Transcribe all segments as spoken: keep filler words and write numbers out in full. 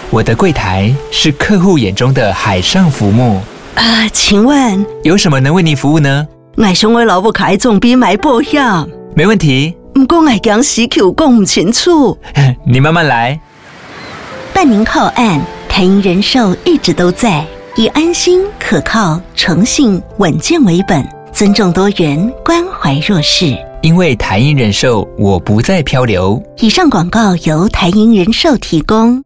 我的柜台是客户眼中的海上浮木啊、呃，请问有什么能为您服务呢？ 我想我老母开总比买保险， 没问题。 不过我讲时口讲不清楚， 你慢慢来。 办您靠岸，台银人寿一直都在，以安心、可靠、诚信、稳健为本，尊重多元，关怀弱势。 因为台银人寿，我不再漂流。 以上广告由台银人寿提供。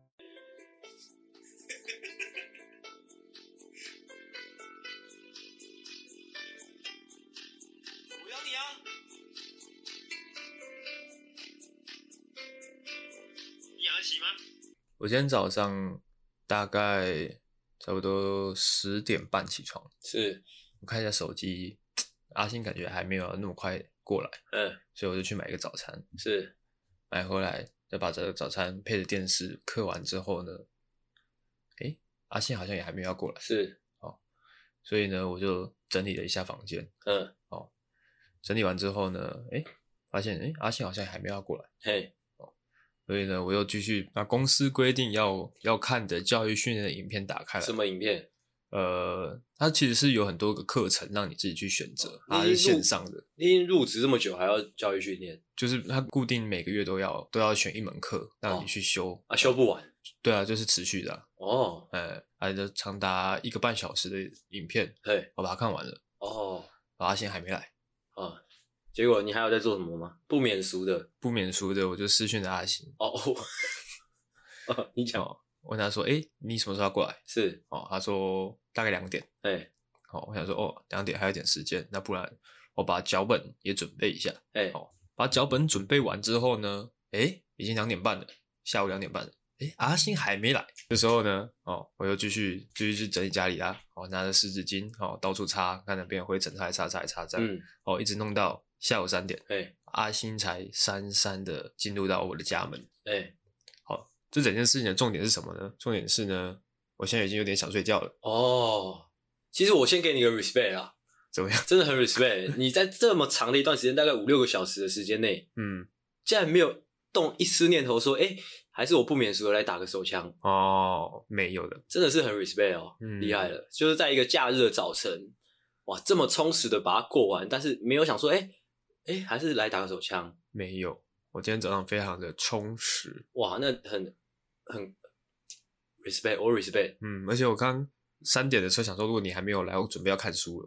我今天早上大概差不多十点半起床， 是我看一下手机，阿星感觉还没有那么快过来， 嗯， 所以我就去买一个早餐， 是买回来再把这个早餐配着电视嗑完之后呢，诶，阿星好像也还没有要过来， 是哦，所以呢我就整理了一下房间， 嗯， 哦，整理完之后呢，诶，发现诶阿星好像还没有要过来， 嘿。 所以呢，我又继续把公司规定要要看的教育训练的影片打开来。 什么影片？ 呃，它其实是有很多个课程让你自己去选择，它是线上的。 你已经入职这么久，还要教育训练？ 就是它固定每个月都要都要选一门课让你去修、 哦、啊，修不完。 对啊，就是持续的、啊。 哦， 呃，还就长达一个半小时的影片， 对， 我把它看完了。 哦， 阿星还没来啊。结果你还有在做什么吗？不免俗的， 不免俗的，我就私讯了阿星。 哦哦，你讲、 哦，问他说：“诶，你什么时候要过来？” 是哦，他说大概两点。 哎， 好，我想说哦，两点还有点时间，那不然我把脚本也准备一下。 哎， 哦，把脚本准备完之后呢，诶，已经两点半了，下午两点半了。诶，阿星还没来。这时候呢，哦，我又继续继续去整理家里啦。哦，拿着湿纸巾，哦，到处擦，看哪边有灰尘，擦一擦，擦一擦，这样。嗯。哦，一直弄到下午三点。 哎， 阿星才姗姗的进入到我的家门。 哎， 好，这整件事情的重点是什么呢？重点是呢，我现在已经有点想睡觉了。 哦，其实我先给你个 respect 啦。 怎么样？ 真的很 respect。你在这么长的一段时间，大概五六个小时的时间内， 嗯， 竟然没有动一丝念头说，哎，还是我不免俗的来打个手枪。 哦，没有的， 真的是很 respect 哦，嗯、厉害了。就是在一个假日的早晨，哇，这么充实的把它过完，但是没有想说，哎哎，还是来打个手枪。 没有，我今天早上非常的充实。 哇，那很很 respect， 我 respect。 嗯，而且我刚三点的时候想说，如果你还没有来，我准备要看书了。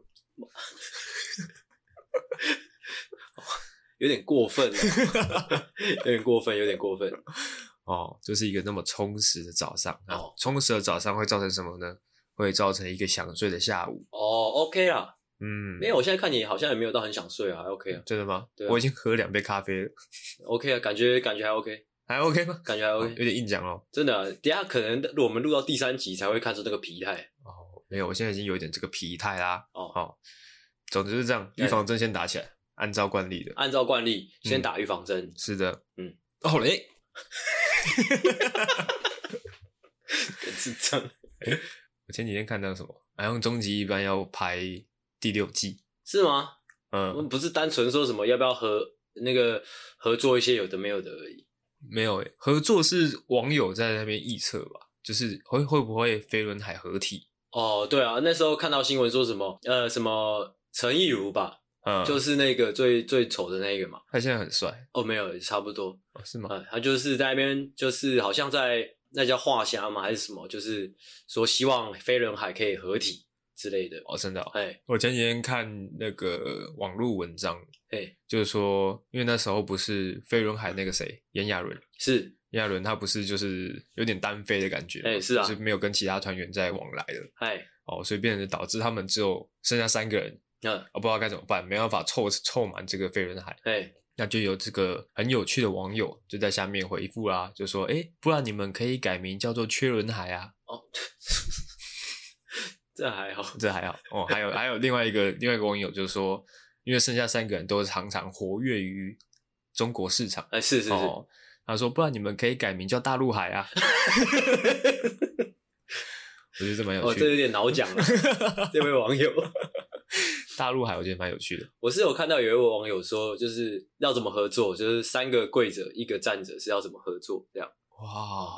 有点过分了，有点过分，有点过分。 哦，就是一个那么充实的早上。哦，充实的早上会造成什么呢？会造成一个想睡的下午。 哦 ，OK 啦。 嗯， 没有，我现在看你好像也没有到很想睡啊，还 OK 啊。 真的吗？ 对、啊， 我已经喝两杯咖啡了。 OK 啊，感觉感觉还 OK， 还 OK 吗？ 感觉还 OK，、 哦、有点硬讲咯。 真的、啊，等一下可能我们录到第三集才会看出那个疲态。 哦，没有，我现在已经有一点这个疲态啦。 哦， 哦，总之是这样，预防针先打起来，按照惯例的。 按照惯例，先打预防针、嗯。 是的， 嗯。 哦嘞， 很智障。 我前几天看到什么，好像终极一班要拍第六季。 是吗？ 嗯， 不是单纯说什么要不要合那个合作一些有的没有的而已。 没有诶，合作是网友在那边臆测吧，就是会会不会飞轮海合体？ 哦，对啊，那时候看到新闻说什么呃什么陈亦儒吧，嗯，就是那个最最丑的那个嘛。 他现在很帅哦，没有，差不多。 哦，是吗？ 嗯，他就是在那边，就是好像在那叫画虾吗？还是什么？就是说希望飞轮海可以合体。之类的哦，真的、哦。 哎， 我前几天看那个网络文章， 哎， 就是说，因为那时候不是飞轮海那个谁，炎亚纶是炎亚纶，他不是就是有点单飞的感觉， 哎，是啊， 就是没有跟其他团员在往来了， 哎， 哦，所以变成导致他们只有剩下三个人， 嗯， 啊，不知道该怎么办，没办法凑凑满这个飞轮海， 哎， 那就有这个很有趣的网友就在下面回复啦，就说，哎，不然你们可以改名叫做缺轮海啊， 哦。这还好， 这还好哦。还有还有另外一个另外一个网友就是说，因为剩下三个人都常常活跃于中国市场， 哎，是是是， 哦、他说不然你们可以改名叫大陆海啊。我觉得这蛮有趣的， 哦，这有点脑讲了。这位网友， 大陆海我觉得蛮有趣的。 我是有看到有一位网友说，就是要怎么合作，就是三个跪着一个站着是要怎么合作这样。 哇，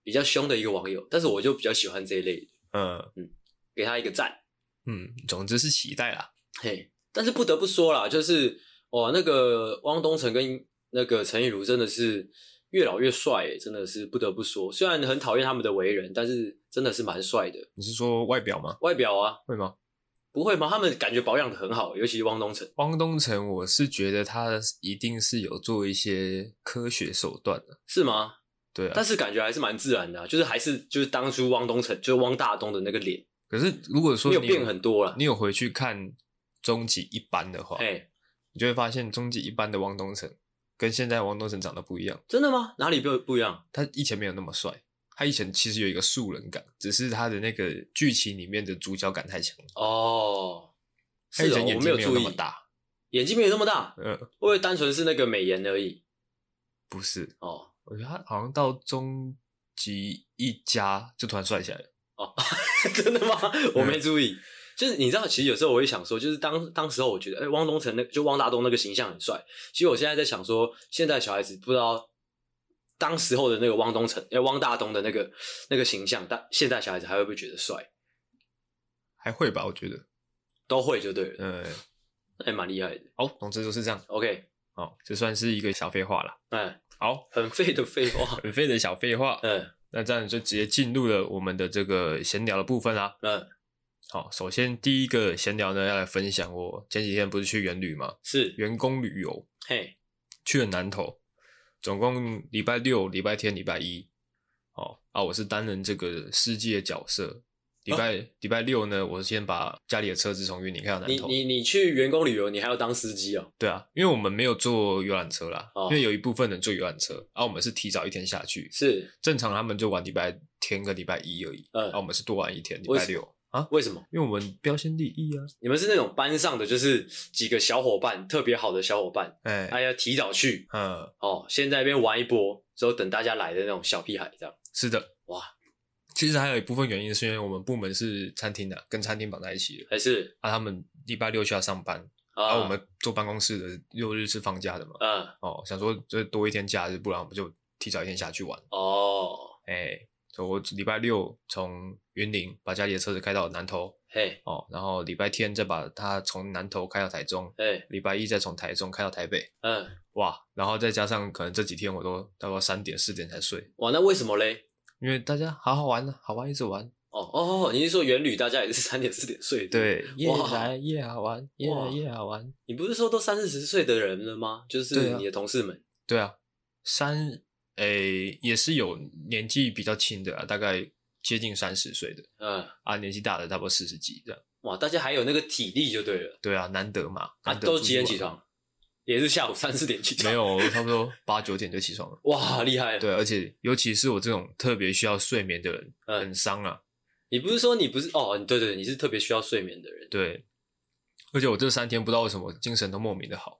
比较凶的一个网友，但是我就比较喜欢这一类的， 嗯嗯，给他一个赞。 嗯，总之是期待啦。 嘿，但是不得不说啦，就是哇，那个汪东城跟那个陈亦儒真的是越老越帅诶，真的是不得不说。虽然很讨厌他们的为人，但是真的是蛮帅的。 你是说外表吗？ 外表啊， 会吗？ 不会吗？他们感觉保养的很好，尤其是汪东城。 汪东城，我是觉得他一定是有做一些科学手段的， 是吗？ 对啊。 但是感觉还是蛮自然的、啊，就是还是就是当初汪东城，就是汪大东的那个脸。 可是如果说你没有变很多啦， 你有回去看终极一班的话， 哎， 你就会发现终极一班的汪东城跟现在汪东城长得不一样。 真的吗？哪里不不一样？ 他以前没有那么帅，他以前其实有一个素人感，只是他的那个剧情里面的主角感太强。 哦， 他以前是哦， 眼睛没有我没有注意， 那么大， 眼睛没有那么大， 嗯， 会不会单纯是那个美颜而已？ 不是， 哦我觉得他好像到终极一家就突然帅起来了。 哦，真的吗？我没注意。就是你知道，其实有时候我会想说，就是当当时候我觉得，哎、欸，汪东城那就汪大东那个形象很帅。其实我现在在想说，现在小孩子不知道当时候的那个汪东城，哎、欸，汪大东的那个那个形象，但现在小孩子还会不会觉得帅？ 还会吧，我觉得都会就对了。 嗯， 还蛮厉害的。 好，总之就是这样。 OK， 好，这算是一个小废话啦。 哎， 好， 很废的废话， 很废的小废话。 嗯， 那这样就直接进入了我们的这个闲聊的部分啦。 嗯， 好，首先第一个闲聊呢，要来分享我前几天不是去员旅吗？ 是员工旅游， 嘿， 去了南投，总共礼拜六、礼拜天、礼拜一。哦啊，我是担任这个司机的角色。礼拜礼、哦、拜六呢，我先把家里的车子从云林开到南投。 你你你去员工旅游，你还要当司机哦？ 对啊，因为我们没有坐游览车啦， 哦、 因为有一部分人坐游览车，啊，我们是提早一天下去。 是正常他们就玩礼拜天跟礼拜一而已，嗯，啊，我们是多玩一天，礼拜六啊？ 为什么？ 因为我们标新立异啊。 你们是那种班上的，就是几个小伙伴，特别好的小伙伴，哎，哎要提早去， 嗯， 哦，先在那边玩一波，之后等大家来的那种小屁孩，这样。 是的， 哇。 其实还有一部分原因是因为我们部门是餐厅的，跟餐厅绑在一起的， 还是啊，他们礼拜六需要上班，啊，啊我们坐办公室的六日是放假的嘛， 嗯， 哦，想说就多一天假日，不然我们就提早一天下去玩。 哦， 哎，所以我礼拜六从云林把家里的车子开到南投， 嘿， 哦，然后礼拜天再把它从南投开到台中， 哎， 礼拜一再从台中开到台北， 嗯， 哇，然后再加上可能这几天我都大概三点四点才睡， 哇，那为什么嘞？ 因为大家好好玩好玩一直玩。 哦哦，你是说员旅大家也是三点四点睡？ 对，越来越好玩，越来越好玩。 你不是说都三四十岁的人了吗？就是你的同事们。 对啊，三诶也是有年纪比较轻的啊，大概接近三十岁的， 嗯啊，年纪大的差不多四十几这样。 哇，大家还有那个体力就对了。 对啊，难得嘛。 啊，都几点起床？也是下午三四点起床？ 没有，差不多八九点就起床了。 哇，厉害了！ 对，而且尤其是我这种特别需要睡眠的人，嗯、很伤啊。 你不是说你不是哦？对对，你是特别需要睡眠的人。 对，而且我这三天不知道为什么精神都莫名的好。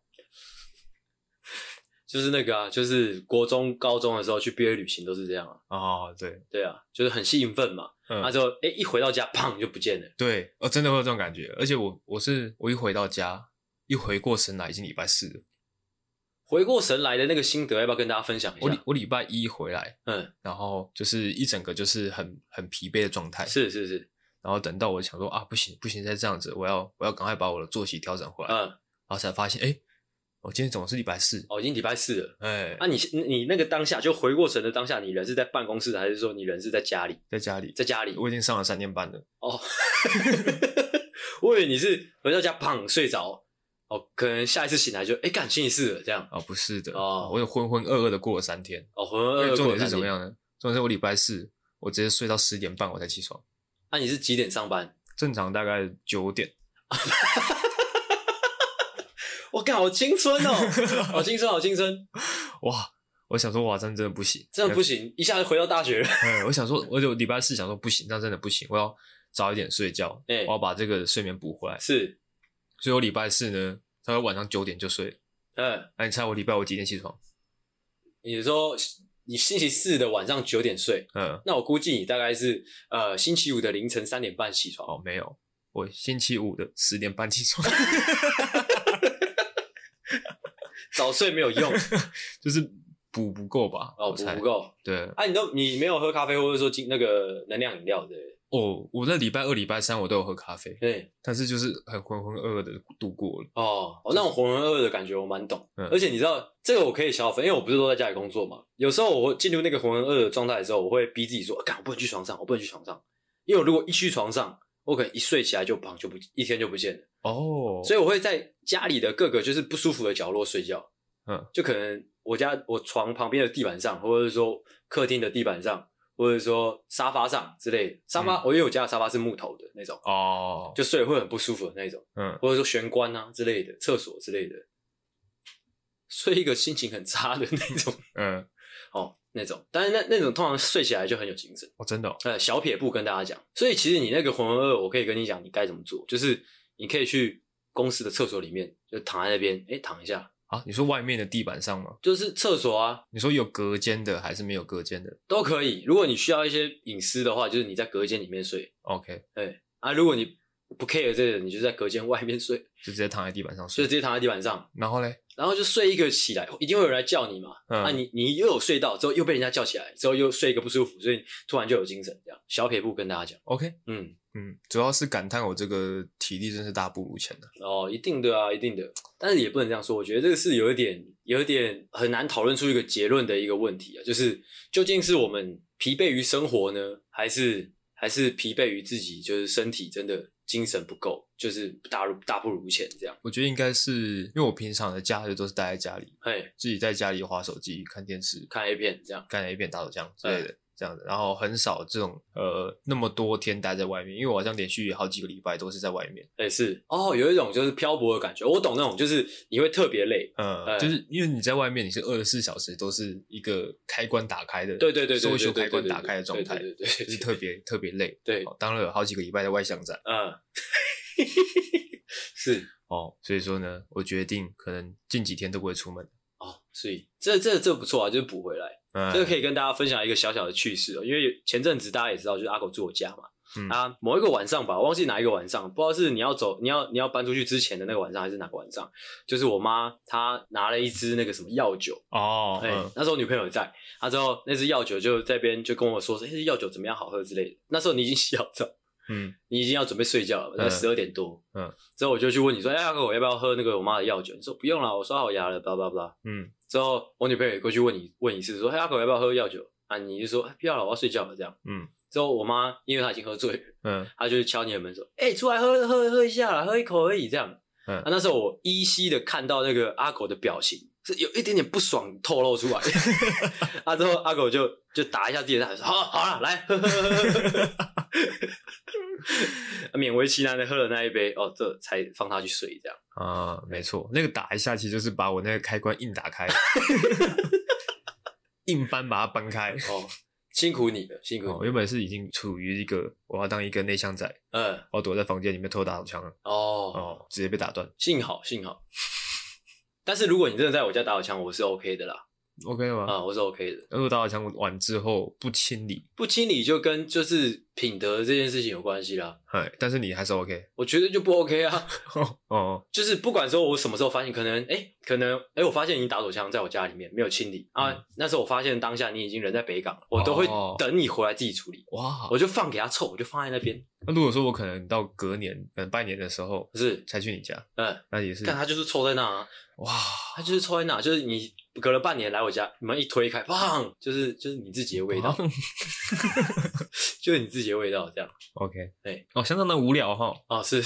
就是那个啊，就是国中、高中的时候去毕业旅行都是这样啊。 哦，对， 对啊，就是很兴奋嘛。嗯，然后之后哎，一回到家，砰就不见了。 对，哦，真的会有这种感觉。而且我我是我一回到家。一回过神来，已经礼拜四了。 回过神来的那个心得，要不要跟大家分享一下？ 我礼我礼拜一回来， 嗯， 然后就是一整个就是很很疲惫的状态。 是是是。 然后等到我想说啊，不行不行，再这样子，我要我要赶快把我的作息调整回来。嗯，然后才发现，哎，我今天怎么是礼拜四？ 哦，已经礼拜四了。 哎， 啊你，你你那个当下就回过神的当下，你人是在办公室，还是说你人是在家里？ 在家里， 在家里。 我已经上了三天班了。 哦，我以为你是回到家砰睡着。哦，可能下一次醒来就哎干星期四了这样。 哦，不是的， 哦， 我有浑浑噩噩的过了三天。 哦，浑浑噩噩。 重点是怎么样呢？重点是我礼拜四我直接睡到十点半我才起床。 那、啊、你是几点上班？ 正常大概九点。 我干，好青春哦，好青春，好青春。 哇，我想说哇，真的真的不行， 真的不行，一下就回到大学了。 嗯，我想说，我就礼拜四想说不行，那真的不行，我要早一点睡觉，欸、我要把这个睡眠补回来。 是。 所以我礼拜四呢，大概晚上九点就睡。 嗯， 那你猜我礼拜五几点起床？ 你说你星期四的晚上九点睡， 嗯， 那我估计你大概是呃星期五的凌晨三点半起床。 哦，没有，我星期五的十点半起床。 早睡没有用， 就是补不够吧？ 哦，补不够。 对， 啊，你都你没有喝咖啡，或者说那个能量饮料的？ 哦，我在礼拜二、礼拜三我都有喝咖啡， 对， 但是就是很浑浑噩噩的度过了。 哦，哦，那种浑浑噩噩的感觉我蛮懂， 嗯、 而且你知道这个我可以小分，因为我不是都在家里工作嘛，有时候我会进入那个浑浑噩噩的状态的时候，我会逼自己说，干，我不能去床上，我不能去床上，因为我如果一去床上，我可能一睡起来就砰就不一天就不见了。 哦， 所以我会在家里的各个就是不舒服的角落睡觉， 嗯， 就可能我家我床旁边的地板上，或者是说客厅的地板上。或者说沙发上之类的，沙发、嗯、我因为我家的沙发是木头的那种， 哦， 就睡会很不舒服的那种， 嗯， 或者说玄关啊之类的，厕所之类的，睡一个心情很差的那种， 嗯， 哦，那种，但是那那种通常睡起来就很有精神， 哦，真的、哦， 呃，小撇步跟大家讲，所以其实你那个浑浑噩噩，我可以跟你讲你该怎么做，就是你可以去公司的厕所里面，就躺在那边，哎，躺一下。 啊，你说外面的地板上吗？ 就是厕所啊。 你说有隔间的还是没有隔间的？ 都可以。如果你需要一些隐私的话，就是你在隔间里面睡。 OK。 对啊，如果你不 care 这个，你就在隔间外面睡， 就直接躺在地板上睡， 就直接躺在地板上。 然后嘞， 然后就睡一个起来，一定会有人来叫你嘛。嗯、啊，你你又有睡到之后又被人家叫起来，之后又睡一个不舒服，所以突然就有精神。这样小撇步跟大家讲。 OK。 嗯。 嗯，主要是感叹我这个体力真是大不如前的。 哦，一定的啊，一定的。但是也不能这样说，我觉得这个是有一点，有一点很难讨论出一个结论的一个问题啊，就是究竟是我们疲惫于生活呢，还是还是疲惫于自己，就是身体真的精神不够，就是大如大不如前这样。 我觉得应该是因为我平常的假日都是待在家里， 嘿， 自己在家里滑手机、看电视、 看 A 片这样， 看 A 片、打手枪之类的。这样的，然后很少这种呃那么多天待在外面，因为我好像连续好几个礼拜都是在外面。 哎、欸，是哦，有一种就是漂泊的感觉，我懂那种，就是你会特别累， 嗯，欸、就是因为你在外面，你是二十四小时都是一个开关打开的， 对对对对所有开关打开的状态， 对对对， 就是特别特别累。 对， 哦、当了有好几个礼拜的外向仔， 嗯，是哦，所以说呢，我决定可能近几天都不会出门。 哦，所以这这这不错啊，就是补回来。 嗯、 这个可以跟大家分享一个小小的趣事哦，因为前阵子大家也知道，就是阿狗住我家嘛， 嗯、 啊，某一个晚上吧，我忘记哪一个晚上，不知道是你要走，你要你要搬出去之前的那个晚上，还是哪个晚上，就是我妈她拿了一支那个什么药酒哦， 哎、 嗯， 那时候我女朋友在，她之后那支药酒就在边就跟我说，哎、欸，这药酒怎么样，好喝之类的。那时候你已经洗好澡， 嗯， 你已经要准备睡觉了，大概十二点多， 嗯， 之后我就去问你说，哎、欸，阿狗，我要不要喝那个我妈的药酒？你说不用了，我刷好牙了，巴拉巴拉， 嗯。 之后我女朋友也过去问你问一次，说：“嘿，阿狗要不要喝药酒？”啊，你就说：“哎，不要了，我要睡觉了。”这样。 嗯。 之后我妈因为她已经喝醉了， 嗯， 她就敲你的门说：“哎、欸，出来喝喝喝一下啦，喝一口而已。”这样。 嗯。 啊，那时候我依稀的看到那个阿狗的表情是有一点点不爽透露出来。啊，之后阿狗就就打一下自己的大腿，说：“好，好了，来喝喝喝喝喝。”勉为其难的喝了那一杯，哦，这才放他去睡这样。 啊、嗯，没错，那个打一下其实就是把我那个开关硬打开，硬搬把它搬开。 哦，辛苦你了，辛苦你了。 哦，原本是已经处于一个我要当一个内向仔， 嗯， 我躲在房间里面偷打手枪了。 哦哦，直接被打断。 幸好，幸好。但是如果你真的在我家打手枪，我是 OK 的啦。 OK 吗？ 啊、嗯，我是 OK 的。 如果打手枪完之后不清理， 不清理就跟就是品德这件事情有关系啦。 哎，但是你还是 OK， 我觉得就不 OK 啊。 哦， 就是不管说我什么时候发现，可能哎、欸，可能哎、欸，我发现你打手枪在我家里面没有清理啊、嗯。那时候我发现当下你已经人在北港了，我都会等你回来自己处理。 哇， 我就放给他臭，我就放在那边。 那如果说我可能到隔年，可能拜年的时候是才去你家， 嗯， 那也是。 但他就是臭在那啊。 哇， 他就是臭在那，就是你隔了半年来我家，你们一推开，砰，就是就是你自己的味道，就是你自己的味道，这样。 OK， 对， 哦，相当的无聊哈。 哦，是，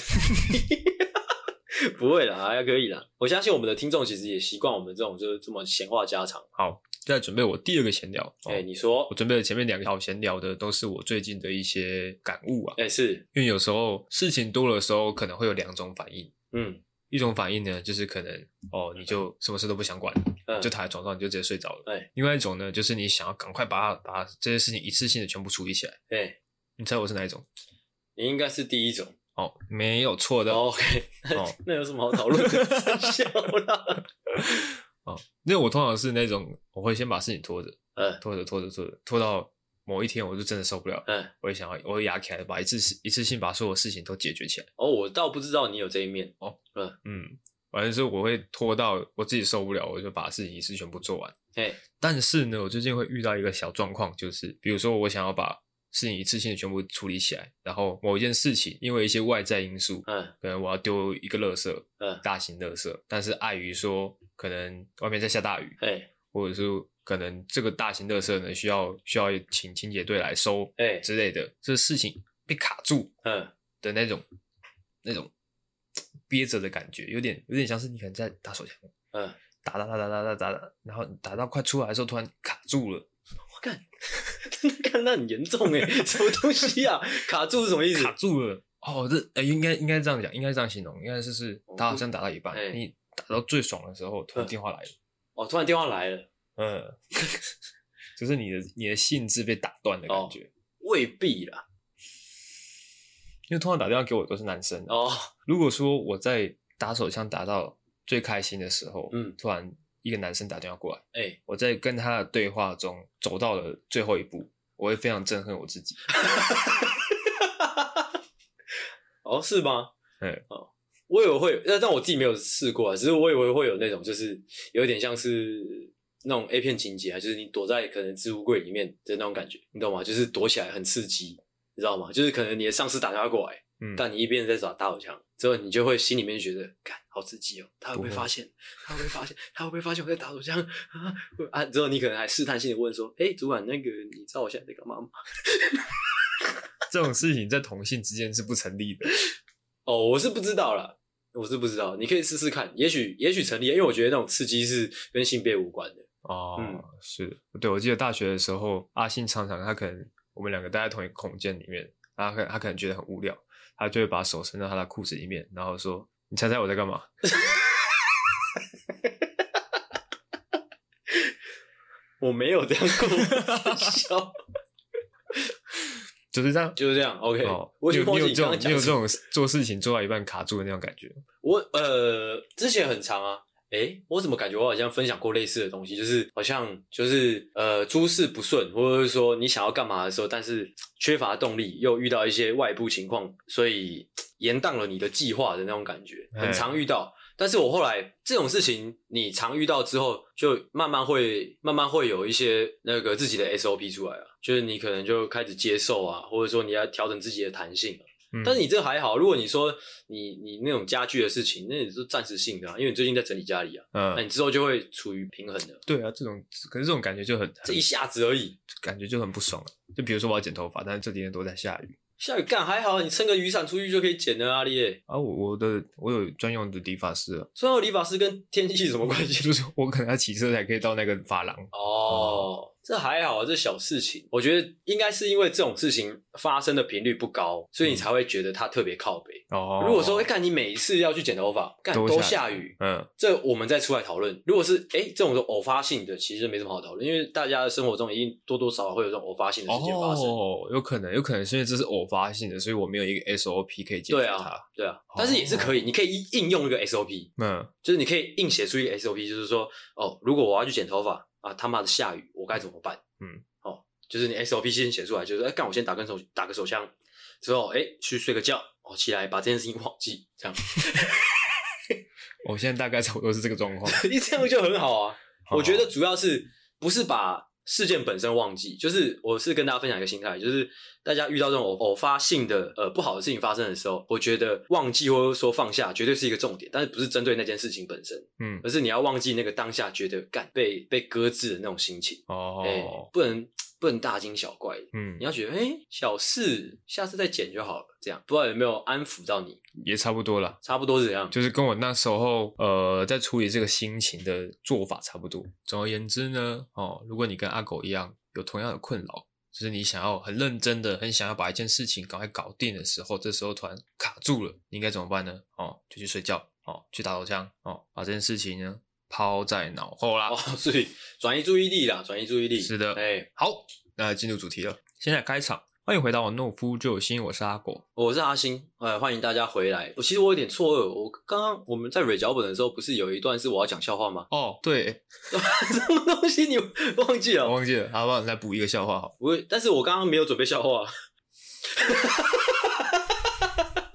不会啦，还可以啦。我相信我们的听众其实也习惯我们这种就是这么闲话家常。 好，再准备我第二个闲聊。 哎、哦欸，你说， 我准备了前面两个好闲聊的，都是我最近的一些感悟啊。 哎、欸，是因为有时候事情多的时候，可能会有两种反应。 嗯。 一种反应呢，就是可能哦，你就什么事都不想管， 嗯、 就躺在床上你就直接睡着了。 欸、 另外一种呢，就是你想要赶快把它把这些事情一次性的全部处理起来。 哎、欸， 你猜我是哪一种？ 你应该是第一种。 哦，没有错的。 哦、OK， 哦，那有什么好讨论的？笑啦。 哦，因为我通常是那种，我会先把事情拖着， 嗯， 拖着拖着拖着，拖到某一天我就真的受不了， 嗯， 我会想要，我会压起来，把一次一次性把所有事情都解决起来。 哦，我倒不知道你有这一面。 哦， 嗯嗯。反正是我会拖到我自己受不了，我就把事情一次全部做完。 哎， 但是呢，我最近会遇到一个小状况，就是比如说我想要把事情一次性的全部处理起来，然后某一件事情因为一些外在因素， 嗯， 可能我要丢一个垃圾， 嗯， 大型垃圾，但是碍于说可能外面在下大雨， 哎， 或者是可能这个大型垃圾呢需要需要请清洁队来收， 哎之类的，这事情被卡住， 嗯的那种那种憋着的感觉，有点有点像是你可能在打手枪， 嗯， 打打打打打打打打，然后打到快出来的时候突然卡住了， 我看，看那很严重哎，什么东西啊？卡住是什么意思？ 卡住了。哦，这呃、欸、应该应该这样讲，应该这样形容，应该是是打好像打到一半， 欸、 你打到最爽的时候，突然电话来了。 哦，突然电话来了， 嗯，就是你的你的兴致被打断的感觉。 哦、未必啦， 因为通常打电话给我都是男生哦。 如果说我在打手枪打到最开心的时候， 嗯， 突然一个男生打电话过来， 哎、欸， 我在跟他的对话中走到了最后一步，我会非常憎恨我自己。 哦，是吗？ 嗯， 哦，我以为会，但但我自己没有试过啊，只是我以为会有那种，就是有点像是那种 A 片情节啊，就是你躲在可能置物柜里面的那种感觉，你懂吗？就是躲起来很刺激，你知道吗？就是可能你的上司打电话过来，嗯，但你一边在打打手枪，之后你就会心里面觉得，干好刺激哦，他会不会发现？他会不会发现？他会不会发现我在打手枪啊？啊！之后你可能还试探性的问说，哎、欸，主管，那个你知道我现在在干嘛吗？ 这种事情在同性之间是不成立的。 哦，我是不知道啦，我是不知道，你可以试试看，也许也许成立，因为我觉得那种刺激是跟性别无关的。 哦， 嗯， 是，对，我记得大学的时候，阿信常常他可能我们两个待在同一个空间里面，他可能他可能觉得很无聊，他就会把手伸到他的裤子里面，然后说：“你猜猜我在干嘛？” 我没有这样过，笑。 就是这样， 就是这样。OK，、哦、我你有你有这种你有这种做事情做到一半卡住的那种感觉。 我呃之前很长啊，诶，我怎么感觉我好像分享过类似的东西，就是好像就是呃诸事不顺，或者是说你想要干嘛的时候，但是缺乏动力，又遇到一些外部情况，所以延宕了你的计划的那种感觉，很常遇到。但是我后来这种事情你常遇到之后，就慢慢会慢慢会有一些那个自己的 S O P 出来啊，就是你可能就开始接受啊，或者说你要调整自己的弹性啊。嗯、但是你这个还好，如果你说你你那种家具的事情，那也是暂时性的啊，因为你最近在整理家里啊，嗯，那你之后就会处于平衡的。 对啊，这种可是这种感觉就很这一下子而已， 感觉就很不爽了。就比如说我要剪头发，但是这几天都在下雨。 下雨干还好，你撑个雨伞出去就可以剪了啊，你耶！ 啊，我我的我有专用的理发师啊。 专用理发师跟天气什么关系？ 就是我可能要骑车才可以到那个发廊。 哦，嗯、这还好，这小事情。我觉得应该是因为这种事情发生的频率不高，所以你才会觉得它特别靠北。哦，如果说干、欸、你每一次要去剪头发，干都下雨，嗯，这我们再出来讨论。如果是哎、欸、这种偶发性的，其实没什么好讨论，因为大家的生活中一定多多少少会有这种偶发性的事件发生。 哦，有可能，有可能是因为这是偶发性的，所以我没有一个 S O P 可以解决它。 对啊，对啊，但是也是可以，你可以应用一个 S O P， 嗯，就是你可以硬写出一个 S O P， 就是说，哦，如果我要去剪头发啊，他妈的下雨，我该怎么办？嗯，哦，就是你 S O P 先写出来，就是哎，干我先打根手打个手枪，之后哎去睡个觉，哦起来把这件事情忘记，这样。 我现在大概差不多是这个状况， 你这样就很好啊。好好我觉得主要是不是把事件本身忘记，就是我是跟大家分享一个心态，就是大家遇到这种偶偶发性的呃不好的事情发生的时候，我觉得忘记或者说放下绝对是一个重点，但是不是针对那件事情本身，嗯，而是你要忘记那个当下觉得干被被搁置的那种心情哦，哎、欸，不能不能大惊小怪，嗯，你要觉得哎、欸、小事，下次再剪就好了，这样不知道有没有安抚到你？ 也差不多啦， 差不多是这样， 就是跟我那时候呃在处理这个心情的做法差不多。总而言之呢，哦，如果你跟阿狗一样有同样的困扰，就是你想要很认真的很想要把一件事情赶快搞定的时候，这时候突然卡住了，你应该怎么办呢？哦，就去睡觉，哦，去打手枪，哦，把这件事情呢抛在脑后啦。 哦，所以转移注意力啦，转移注意力。 是的， 哎、欸， 好，那进入主题了。现在开场，欢迎回到我懦夫就有心，我是阿狗， 我是阿星，呃，欢迎大家回来。我其实我有点错愕，我刚刚我们在蕊脚本的时候，不是有一段是我要讲笑话吗？ 哦，对， 什么东西你忘记了？ 我忘记了，好不好？再补一个笑话好。 我，但是我刚刚没有准备笑话。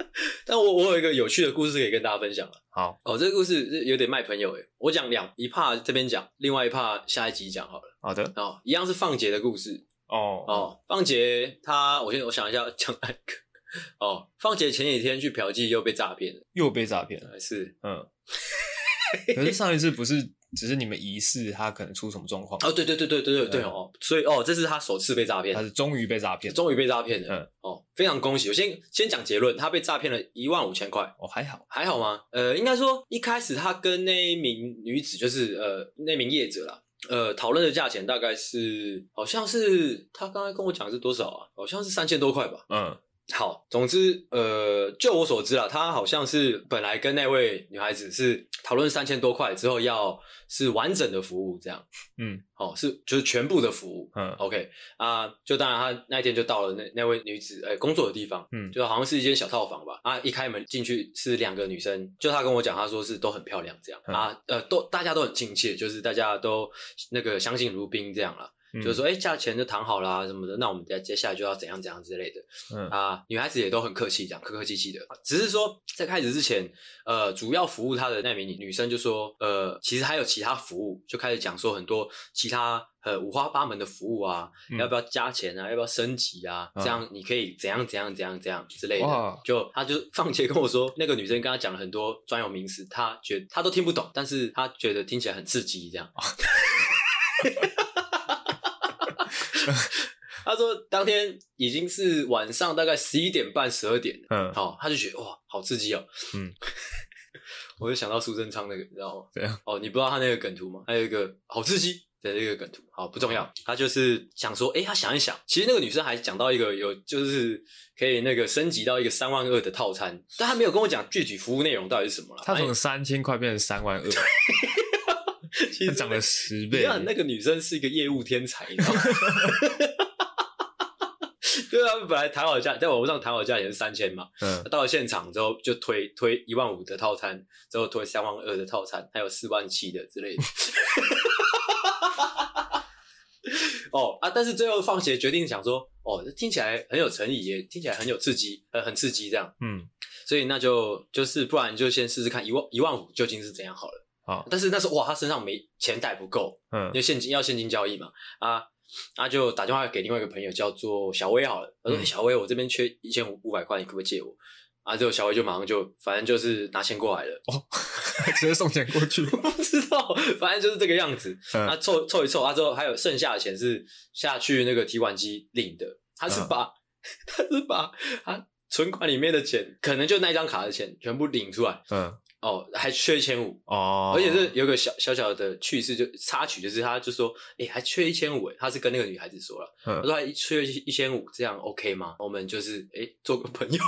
但我我有一个有趣的故事可以跟大家分享了。 好哦，这个故事有点卖朋友诶，我讲两一 part 这边讲，另外一 part 下一集讲好了。 好的哦，一样是放杰的故事。 哦哦，放杰他，我先我想一下讲哪一个。哦，放杰前几天去嫖妓又被诈骗了， 又被诈骗了， 还是嗯。可是上一次不是只是你们疑似他可能出什么状况？ 哦，对对对对对对对、嗯、哦，所以哦，这是他首次被诈骗， 他是终于被诈骗， 终于被诈骗了。 嗯， 哦，非常恭喜！我先先讲结论，他被诈骗了一万五千块。 哦，还好， 还好吗？呃，应该说一开始他跟那一名女子，就是呃那名业者啦，呃讨论的价钱大概是，好像是他刚才跟我讲是多少啊？好像是三千多块吧。 嗯。 好，总之，呃，就我所知啦，他好像是本来跟那位女孩子是讨论三千多块之后，要是完整的服务这样， 嗯， 哦，是就是全部的服务， 嗯 ，OK 啊，就当然他那一天就到了那那位女子呃工作的地方， 嗯， 就好像是一间小套房吧，啊，一开门进去是两个女生，就他跟我讲，他说是都很漂亮这样，嗯、啊，呃，都大家都很亲切，就是大家都那个相敬如宾这样啦。就是说，哎、欸，价钱就谈好啦，什么的，那我们接接下来就要怎样怎样之类的。嗯啊，女孩子也都很客气，这样客客气气的。只是说，在开始之前，呃，主要服务她的那名女生就说，呃，其实还有其他服务，就开始讲说很多其他呃五花八门的服务啊，嗯、要不要加钱啊，要不要升级啊，嗯、这样你可以怎样怎样怎样怎样之类的。就他就放杰跟我说，那个女生跟他讲了很多专有名词，他觉得他都听不懂，但是他觉得听起来很刺激，这样。他说当天已经是晚上大概十一点半十二点了，嗯，好、哦，他就觉得哇好刺激哦，嗯，我就想到苏贞昌那个，你知道吗？ 对啊， 哦，你不知道他那个梗图吗？还有一个好刺激的那个梗图，好不重要，他就是想说，诶，他想一想，其实那个女生还讲到一个有就是可以那个升级到一个三万二的套餐，但他没有跟我讲具体服务内容到底是什么啦。 他从三千块变成三万二。 其实涨了十倍。 你看那个女生是一个业务天才，你知道吗？对啊，他们本来谈好价，在网络上谈好价钱是三千嘛，嗯，到了现场之后就推推一万五的套餐，之后推三万二的套餐，还有四万七的之类的。哦啊，但是最后放协决定想说，哦，这听起来很有诚意，也听起来很有刺激，呃，很刺激这样，嗯，所以那就就是不然就先试试看一万一万五究竟是怎样好了。 好， 但是那时候哇，他身上没钱袋不够，嗯，因为现金要现金交易嘛，啊，啊就打电话给另外一个朋友叫做小薇好了，他说、嗯欸、小薇，我这边缺一千五百块，你可不可以借我？啊，之后小薇就马上就反正就是拿钱过来了， 哦，直接送钱过去， 我不知道，反正就是这个样子，嗯、啊凑凑一凑，啊之后还有剩下的钱是下去那个提款机领的，他是把、嗯、他是把他存款里面的钱，可能就那张卡的钱全部领出来，嗯。哦，还缺一千五哦，而且是有个小小小的趣事，就插曲，就是他就说，哎、欸，还缺一千五，他是跟那个女孩子说了，他说还缺一千五，这样 OK 吗？我们就是哎、欸、做个朋友，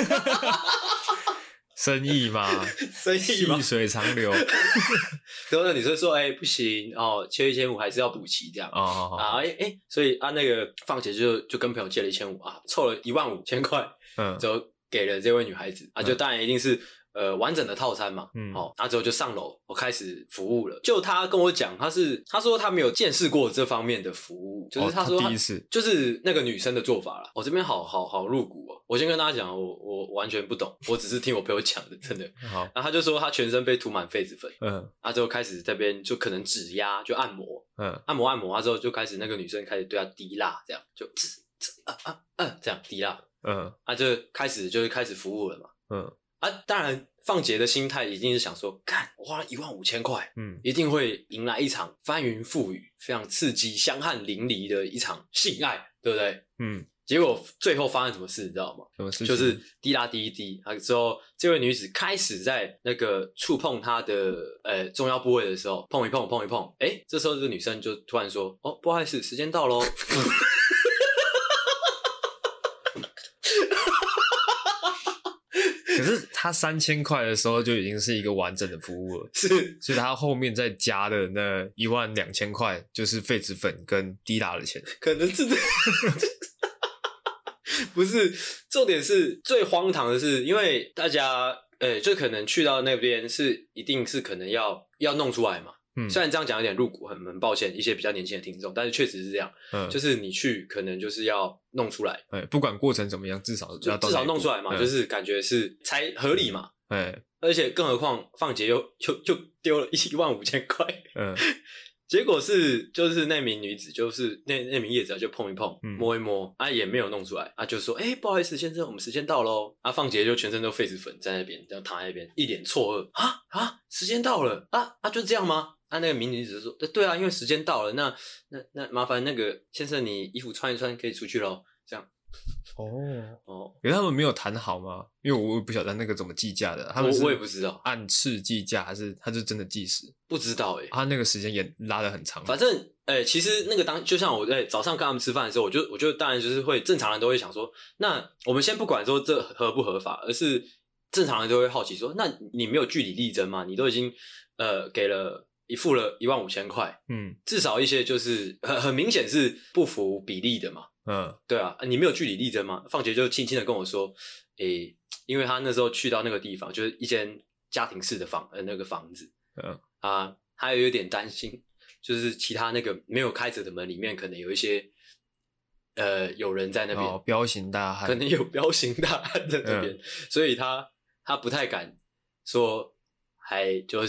生意嘛， 生意嘛， 细水长流。 然后那女生说，哎、欸，不行哦，缺一千五还是要补齐这样哦啊，哎、欸、哎，所以啊那个放姐就就跟朋友借了一千五啊，凑了一万五千块，嗯，之后给了这位女孩子啊，就当然一定是。呃，完整的套餐嘛，嗯，好、哦，然后之后就上楼，我开始服务了。就他跟我讲，他是他说他没有见识过这方面的服务，就是他说他、 哦、他第一次， 就是那个女生的做法啦。我这边好好好入股哦，我先跟大家讲，我我完全不懂，我只是听我朋友讲的，真的。 好， 然后他就说他全身被涂满痱子粉，嗯，啊之后开始这边就可能指压，就按摩，嗯，按摩按摩，啊之后就开始那个女生开始对他滴蜡，这样就啊啊啊这样滴蜡，嗯，啊就开始就是开始服务了嘛，嗯。啊，当然，放杰的心态一定是想说，干，我花了一万五千块，嗯，一定会迎来一场翻云覆雨、非常刺激、香汗淋漓的一场性爱，对不对？嗯，结果最后发生什么事，你知道吗？ 什么事？ 就是滴啦滴一滴，啊之后，这位女子开始在那个触碰她的呃重要部位的时候，碰一碰，碰一碰，哎，这时候这个女生就突然说，哦，不好意思，时间到咯。 可是他三千块的时候就已经是一个完整的服务了， 是， 所以他后面再加的那一万两千块就是痱子粉跟滴蜡的钱， 可能是这不是重点是最荒唐的是，因为大家呃、欸，就可能去到那边是一定是可能要要弄出来嘛， 嗯， 虽然这样讲有点露骨，很很抱歉一些比较年轻的听众，但是确实是这样。嗯，就是你去可能就是要弄出来， 哎，不管过程怎么样，至少要至少弄出来嘛， 嗯、 就是感觉是才合理嘛。 哎， 而且更何况放杰又又又丢了一万五千块。 嗯。 结果是，就是那名女子，就是那那名业者就碰一碰， 嗯、 摸一摸，啊也没有弄出来，啊就说，哎、欸，不好意思，先生，我们时间到喽。啊，放杰就全身都痱子粉在那边，这样躺在那边，一脸错愕，啊啊，时间到了，啊啊就这样吗？啊，那个名女子就说，对啊，因为时间到了，那那那麻烦那个先生，你衣服穿一穿，可以出去咯。这样。 哦哦， 可是他们没有谈好吗？因为我也不晓得那个怎么计价的，他们是我也不知道按次计价还是他是真的计时？ 不知道诶、欸， 他那个时间也拉得很长。 反正诶、欸，其实那个当就像我诶、欸、早上跟他们吃饭的时候，我就我就当然就是会正常人都会想说，那我们先不管说这合不合法，而是正常人都会好奇说，那你没有据理力争吗？你都已经呃给了。你付了一万五千块，嗯，至少一些就是很很明显是不符比例的嘛，嗯，对啊，你没有据理力争吗？放杰就轻轻的跟我说，诶，因为他那时候去到那个地方，就是一间家庭式的房呃那个房子，嗯啊，他有点担心，就是其他那个没有开着的门里面可能有一些呃有人在那边， 哦，彪形大汉， 可能有彪形大汉在那边，嗯、所以他他不太敢说，还就是。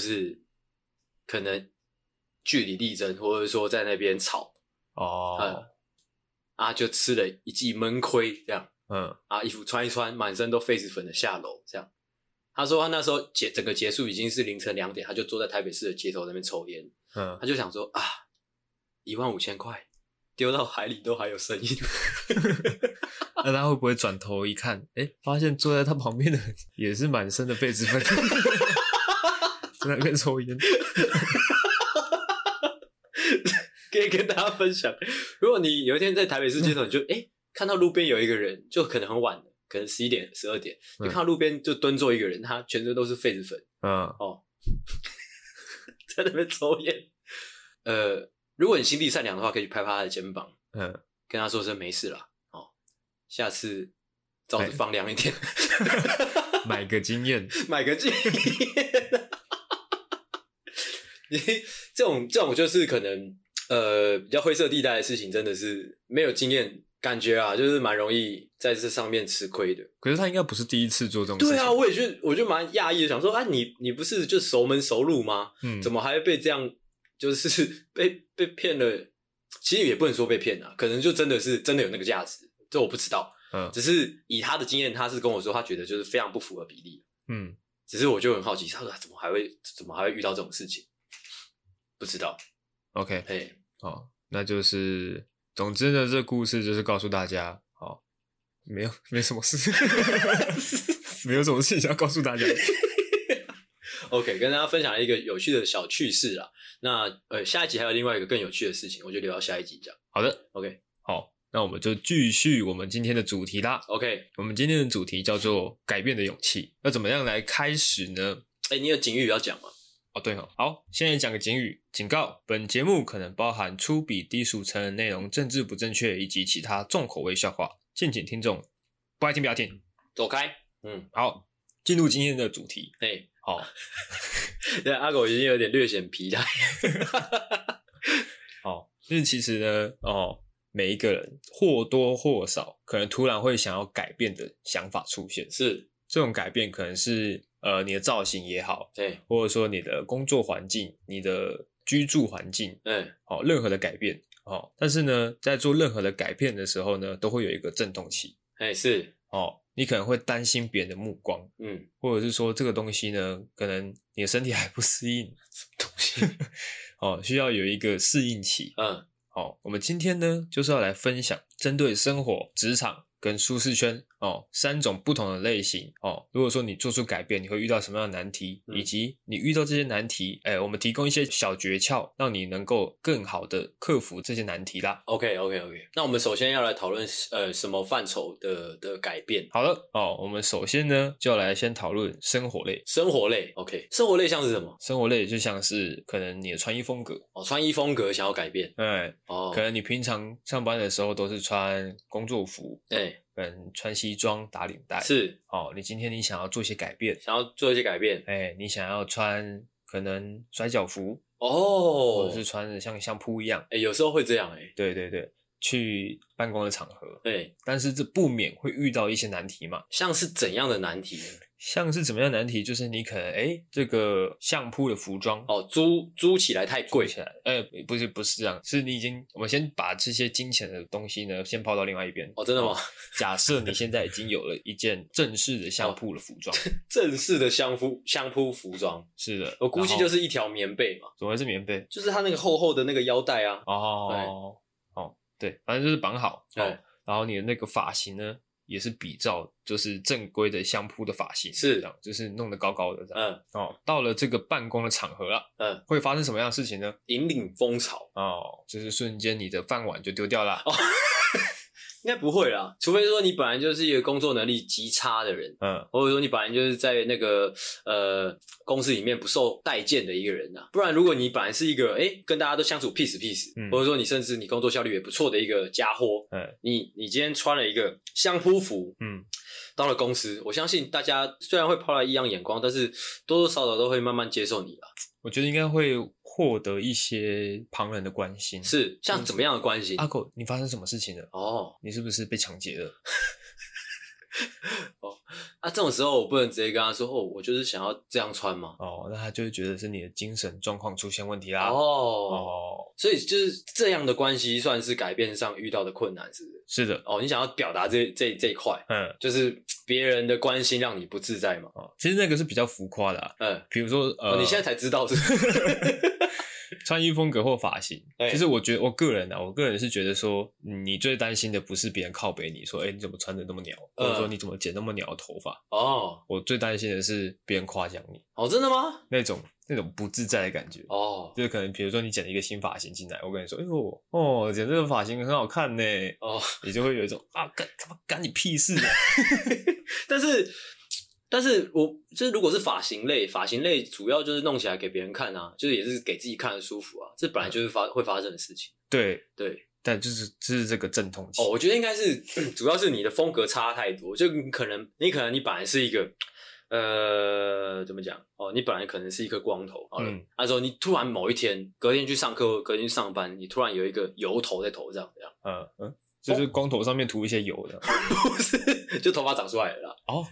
可能据理力争，或者说在那边吵哦， 嗯，啊，就吃了一记闷亏，这样，嗯，啊，衣服穿一穿，满身都痱子粉的下楼，这样。他说他那时候结整个结束已经是凌晨两点，他就坐在台北市的街头那边抽烟，嗯，他就想说啊，一万五千块丢到海里都还有声音， 那他会不会转头一看，哎、欸，发现坐在他旁边的人也是满身的痱子粉？在那边抽烟， 可以跟大家分享。如果你有一天在台北市街头，你就哎、欸、看到路边有一个人，就可能很晚了，可能十一点、十二点，你看到路边就蹲坐一个人，他全身都是痱子粉，嗯哦，在那边抽烟。呃，如果你心地善良的话，可以去拍拍他的肩膀，嗯，跟他说声没事啦，哦，下次罩子放亮一点， 买个经验， 买个经验。这种这种就是可能呃比较灰色地带的事情，真的是没有经验，感觉啊，就是蛮容易在这上面吃亏的。 可是他应该不是第一次做这种事情。 对啊，我也觉得，我就蛮讶异的，想说啊，你你不是就熟门熟路吗？嗯，怎么还会被这样，就是被被骗了？其实也不能说被骗啊，可能就真的是真的有那个价值，这我不知道。嗯，只是以他的经验，他是跟我说，他觉得就是非常不符合比例。嗯，只是我就很好奇，他说怎么还会怎么还会遇到这种事情？不知道 ，OK， 嘿， 好，那就是，总之呢，这故事就是告诉大家，好，没有，没什么事，没有什么事情要告诉大家。 OK， 跟大家分享一个有趣的小趣事啦。那呃，下一集还有另外一个更有趣的事情，我就留到下一集讲。 好的 ，OK， 好，那我们就继续我们今天的主题啦。 OK， 我们今天的主题叫做改变的勇气。要怎么样来开始呢？ 哎、欸，你有警语要讲吗？ 哦，对哦，好，现在讲个警语，警告：本节目可能包含粗鄙、低俗、成人内容、政治不正确以及其他重口味笑话，敬请听众不爱听不要听， 走开。嗯， 好，进入今天的主题。 哎， 好， 对，阿狗已经有点略显疲态。 好，就是其实呢，哦，每一个人或多或少可能突然会想要改变的想法出现， 是这种改变可能是。呃，你的造型也好， 对， 或者说你的工作环境、你的居住环境， 嗯， 好、哦，任何的改变，哦，但是呢，在做任何的改变的时候呢，都会有一个震动期， 哎，是， 哦，你可能会担心别人的目光， 嗯， 或者是说这个东西呢，可能你的身体还不适应， 什么东西， 哦，需要有一个适应期， 嗯， 好、哦，我们今天呢，就是要来分享针对生活、职场。跟舒适圈哦，三种不同的类型哦。如果说你做出改变，你会遇到什么样的难题，嗯、以及你遇到这些难题，哎，我们提供一些小诀窍，让你能够更好的克服这些难题啦。 OK OK OK， 那我们首先要来讨论呃什么范畴的的改变？ 好了哦，我们首先呢就要来先讨论生活类。 生活类 ，OK， 生活类像是什么？ 生活类就像是可能你的穿衣风格哦，穿衣风格想要改变， 哎，哦，可能你平常上班的时候都是穿工作服， 对。 跟穿西装打领带是哦，你今天你想要做一些改变， 想要做一些改变， 哎，你想要穿可能摔跤服哦， 或者是穿的像相扑一样， 哎、欸，有时候会这样哎、欸。 对对对，去办公的场合， 对、欸， 但是这不免会遇到一些难题嘛。 像是怎样的难题呢？ 像是怎么样的难题，就是你可能哎、欸，这个相扑的服装哦，租租起来太贵， 起来，呃，不是不是这样，是你已经，我们先把这些金钱的东西呢，先抛到另外一边。 哦，真的吗？ 假设你现在已经有了一件正式的相扑的服装，哦、 正式的相扑相扑服装， 是的， 我估计就是一条棉被嘛。 怎么会是棉被？ 就是它那个厚厚的那个腰带啊。 哦，哦，对，反正就是绑好， 对、 哦，然后你的那个发型呢？也是比照就是正规的相扑的发型， 是这样，就是弄得高高的这样。 嗯， 哦，到了这个办公的场合了， 嗯， 会发生什么样的事情呢？ 引领风潮哦，就是瞬间你的饭碗就丢掉了。 哦，应该不会啦，除非说你本来就是一个工作能力极差的人， 嗯， 或者说你本来就是在那个呃公司里面不受待见的一个人啊，不然如果你本来是一个诶跟大家都相处 peace peace，、嗯、或者说你甚至你工作效率也不错的一个家伙，嗯，你你今天穿了一个相扑服，嗯，到了公司，我相信大家虽然会抛来异样眼光，但是多多少少都会慢慢接受你啦。 我觉得应该会获得一些旁人的关心， 是像怎么样的关心？ 阿狗，你发生什么事情了？ 哦， 你是不是被抢劫了？ 哦，那、啊、这种时候我不能直接跟他说，哦，我就是想要这样穿嘛。 哦，那他就会觉得是你的精神状况出现问题啦。 哦哦， 所以就是这样的关系算是改变上遇到的困难，是不是？ 是的。 哦，你想要表达这这这一块，嗯，就是别人的关心让你不自在嘛。 哦，其实那个是比较浮夸的啊。嗯，比如说呃、 哦，你现在才知道是不是穿衣风格或发型，其实我觉得我个人啊，我个人是觉得说，你最担心的不是别人靠北你说，哎、欸，你怎么穿的那么鸟，或者说你怎么剪那么鸟的头发哦，我最担心的是别人夸奖你。 哦，真的吗？ 那种那种不自在的感觉哦，就是可能比如说你剪了一个新发型进来，我跟你说，哎呦，哦，剪这个发型很好看呢，哦，你就会有一种啊，干他妈干你屁事啊！ 但是。但是我就是如果是发型类，发型类主要就是弄起来给别人看啊，就是也是给自己看的舒服啊，这本来就是发、嗯、会发生的事情。 对对， 但就是就是这个阵痛期。 哦，我觉得应该是主要是你的风格差太多，就你可能你可能你本来是一个呃怎么讲哦，你本来可能是一颗光头，好了，嗯，那时候你突然某一天隔天去上课，隔天去上班，你突然有一个油头在头上，这样， 嗯嗯。就是光头上面涂一些油的， 不是，就头发长出来了啦。哦，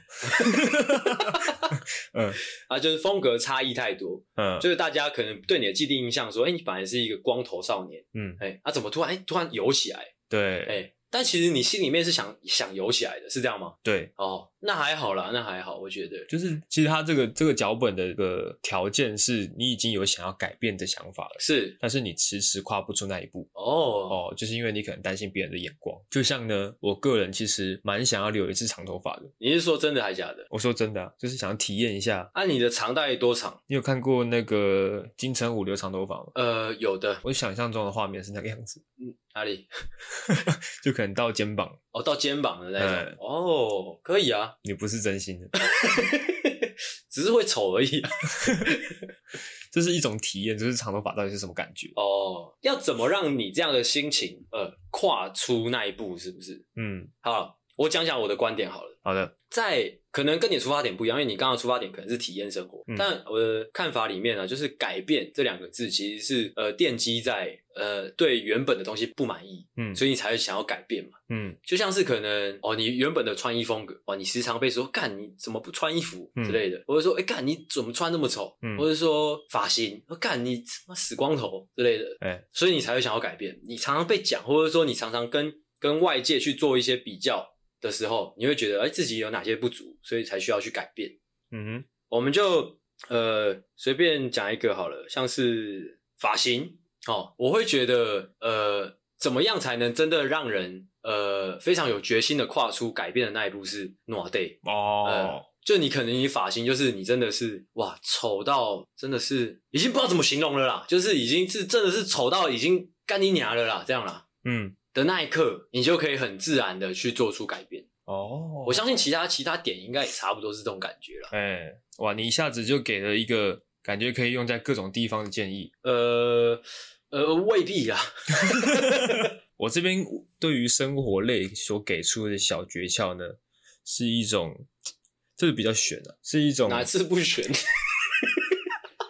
嗯，啊，就是风格差异太多，嗯，就是大家可能对你的既定印象说，哎、欸，你本来是一个光头少年，嗯，哎、欸，啊，怎么突然，哎、欸，突然油起来？ 对， 哎、欸，但其实你心里面是想想油起来的，是这样吗？ 对， 哦，那还好啦，那还好，我觉得， 就是其实他这个这个脚本的一个条件是你已经有想要改变的想法了， 是， 但是你迟迟跨不出那一步。 哦哦，就是因为你可能担心别人的眼光。就像呢，我个人其实蛮想要留一次长头发的。 你是说真的还假的？ 我说真的啊，就是想要体验一下。 啊，你的长大概多长？ 你有看过那个金城武留长头发吗？ 呃，有的。 我想象中的画面是那个样子。 嗯，哪里？ 就可能到肩膀。 哦，到肩膀的那种。嗯、哦，可以啊。 你不是真心的， 只是会丑而已、啊。 这是一种体验，就是长头发到底是什么感觉？ 哦，要怎么让你这样的心情，呃，跨出那一步，是不是？嗯，好，我讲讲我的观点好了。 好的， 在可能跟你的出发点不一样，因为你刚刚的出发点可能是体验生活，嗯、但我的看法里面呢，就是改变这两个字其实是呃奠基在呃对原本的东西不满意，嗯，所以你才会想要改变嘛，嗯，就像是可能哦，你原本的穿衣风格哦，你时常被说干你怎么不穿衣服之类的，嗯、或者说哎干你怎么穿那么丑，嗯，或者说发型，干你他妈死光头之类的，哎、欸，所以你才会想要改变。你常常被讲，或者说你常常跟跟外界去做一些比较的时候，你会觉得哎、欸、自己有哪些不足，所以才需要去改变。嗯哼，我们就呃随便讲一个好了，像是发型哦，我会觉得呃怎么样才能真的让人呃非常有决心的跨出改变的那一步是暖 day 哦、呃，就你可能你发型就是你真的是哇丑到真的是已經不知道怎麼形容了啦，就是已經是真的是丑到已經幹你娘了啦，這樣啦，嗯。的那一刻，你就可以很自然的去做出改变。哦，我相信其他其他点应该也差不多是這種感覺啦。 哎、欸，哇，你一下子就給了一個感覺可以用在各種地方的建議。 呃呃，未必啦。 我這邊對於生活類所給出的小訣竅呢，是一種，這個比較玄啊，是一種哪次不玄？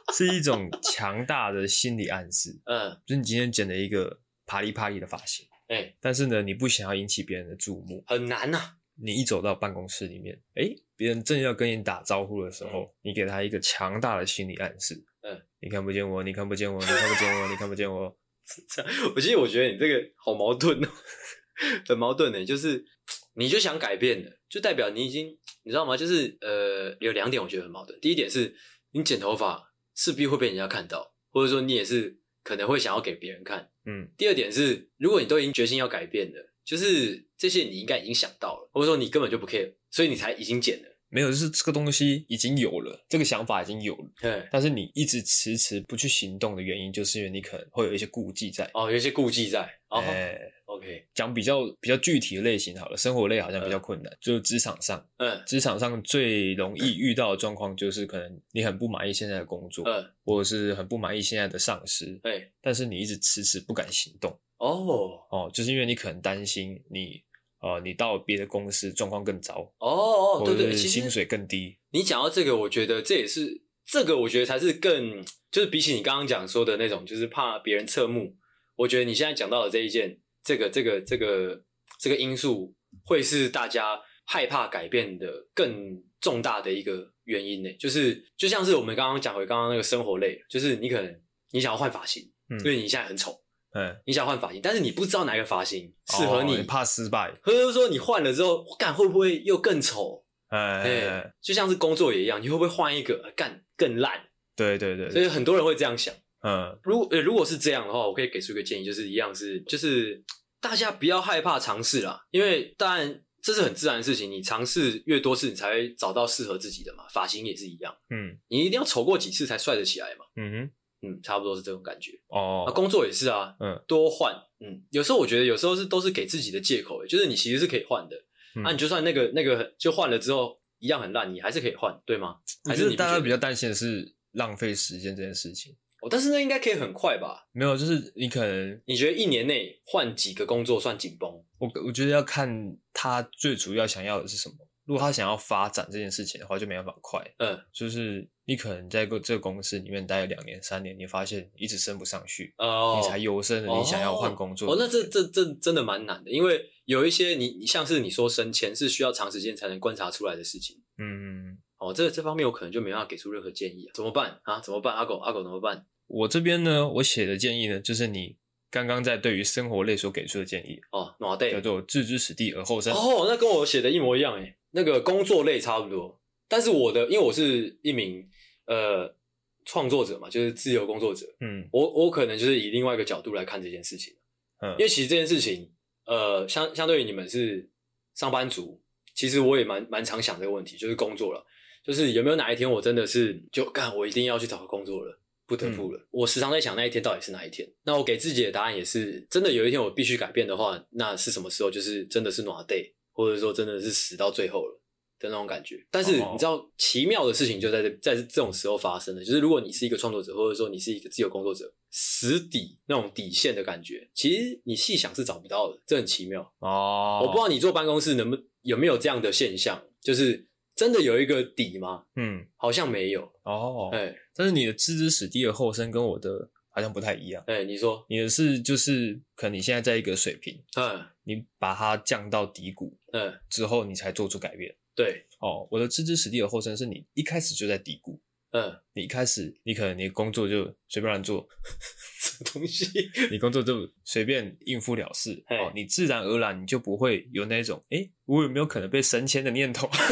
是一种强大的心理暗示。 嗯， 就是你今天剪了一个啪里啪里的发型， 哎、欸， 但是呢，你不想要引起别人的注目， 很难呐、啊。 你一走到办公室里面，哎，别人正要跟你打招呼的时候，嗯、你给他一个强大的心理暗示。嗯，你看不见我，你看不见我，你看不见我，你看不见我。 我其实我觉得你这个好矛盾哦，很矛盾呢。就是你就想改变的，就代表你已经，你知道吗？就是呃，有两点我觉得很矛盾。第一点是你剪头发势必会被人家看到，或者说你也是可能会想要给别人看。嗯。第二点是，如果你都已经决心要改变了。就是这些你应该已经想到了，或者说你根本就不 care， 所以你才已经剪了。 没有，就是这个东西已经有了，这个想法已经有了，但是你一直迟迟不去行动的原因，就是因为你可能会有一些顾忌在。 哦，有一些顾忌在。哦、欸、，OK， 讲比较比较具体的类型好了，生活类好像比较困难，嗯、就是职场上，嗯，职场上最容易遇到的状况就是可能你很不满意现在的工作，嗯，或者是很不满意现在的上司，对、欸，但是你一直迟迟不敢行动。哦哦，就是因为你可能担心你呃，你到别的公司状况更糟哦，对对， 薪水更低。 你讲到这个，我觉得这也是这个，我觉得才是更就是比起你刚刚讲说的那种，就是怕别人侧目。我觉得你现在讲到的这一件，这个这个这个这个因素，会是大家害怕改变的更重大的一个原因呢。就是就像是我们刚刚讲回刚刚那个生活类，就是你可能你想要换发型，嗯，因为你现在很丑。嗯，你想换发型，但是你不知道哪个发型适合你， 哦、你怕失败， 或者说你换了之后，干会不会又更丑？哎、欸，就像是工作也一样，你会不会换一个干更烂？ 对对对， 所以很多人会这样想。嗯，如呃如果是这样的话，我可以给出一个建议，就是一样是，就是大家不要害怕尝试啦，因为当然这是很自然的事情，你尝试越多次，你才会找到适合自己的嘛。发型也是一样，嗯，你一定要丑过几次才帅得起来嘛。嗯哼。嗯，差不多是这种感觉哦。那工作也是啊，嗯，多换，嗯，有时候我觉得有时候是都是给自己的借口，就是你其实是可以换的，嗯、啊，你就算那个那个就换了之后一样很烂，你还是可以换，对吗？还是你大家比较担心的是浪费时间这件事情。 哦，但是那应该可以很快吧？ 没有，就是你可能你觉得一年内换几个工作算紧绷？ 我我觉得要看他最主要想要的是什么。如果他想要发展这件事情的话，就没办法快。嗯，就是你可能在这个公司里面待了两年、三年，你发现一直升不上去，哦，你才由生了，你想要换工作。 哦，那这这这真的蛮难的，因为有一些你你像是你说升迁是需要长时间才能观察出来的事情。嗯，哦，这这方面我可能就没办法给出任何建议啊，怎么办啊？怎么办？阿狗阿狗怎么办？ 我这边呢，我写的建议呢，就是你刚刚在对于生活类所给出的建议哦，哪对叫做置之死地而后生。 哦，那跟我写的一模一样诶。那个工作类差不多，但是我的，因为我是一名呃创作者嘛，就是自由工作者，嗯，我我可能就是以另外一个角度来看这件事情，嗯，因为其实这件事情，呃，相相对于你们是上班族，其实我也蛮蛮常想这个问题，就是工作了，就是有没有哪一天我真的是就干，我一定要去找个工作了，不得不了，嗯，我时常在想那一天到底是哪一天。那我给自己的答案也是，真的有一天我必须改变的话，那是什么时候？就是真的是哪 day。或者说真的是死到最后了的那种感觉，但是你知道奇妙的事情就在这在这种时候发生了，就是如果你是一个创作者，或者说你是一个自由工作者，死底那种底线的感觉，其实你细想是找不到的，这很奇妙哦。我不知道你坐办公室能不有没有这样的现象，就是真的有一个底吗？嗯，好像没有哦。哎，但是你的置之死地而后生跟我的好像不太一样。 哎，你说你的是就是可能你现在在一个水平，嗯，你把它降到低谷，嗯，之后你才做出改变。 对， 哦，我的置之死地而后生是你一开始就在低谷，嗯，你一开始你可能你工作就随便乱做， 什么东西？ 你工作就随便应付了事，哦，你自然而然你就不会有那种哎，我有没有可能被升迁的念头？啊，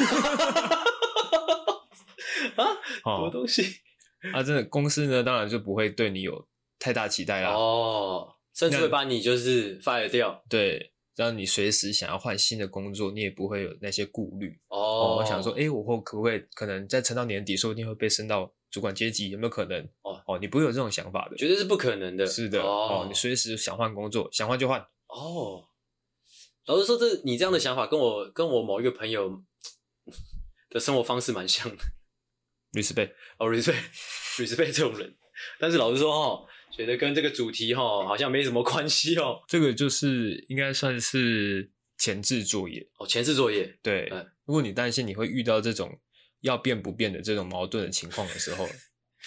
什么东西？ 啊，真的公司呢，当然就不会对你有太大期待啦。 哦，甚至会把你就是 fire 掉。 对，让你随时想要换新的工作，你也不会有那些顾虑。哦，哦我想说，诶，我会可不可以可能再撑到年底，说不定会被升到主管阶级，有没有可能？哦哦，你不会有这种想法的， 绝对是不可能的。 是的，哦，哦你随时想换工作，想换就换。 哦，老实说，这你这样的想法跟我跟我某一个朋友的生活方式蛮像的。 respect 哦 respect respect 这种人，但是老实说哦，觉得跟这个主题哦好像没什么关系哦。 这个就是应该算是前置作业哦，前置作业。 对，嗯，如果你担心你会遇到这种要变不变的这种矛盾的情况的时候，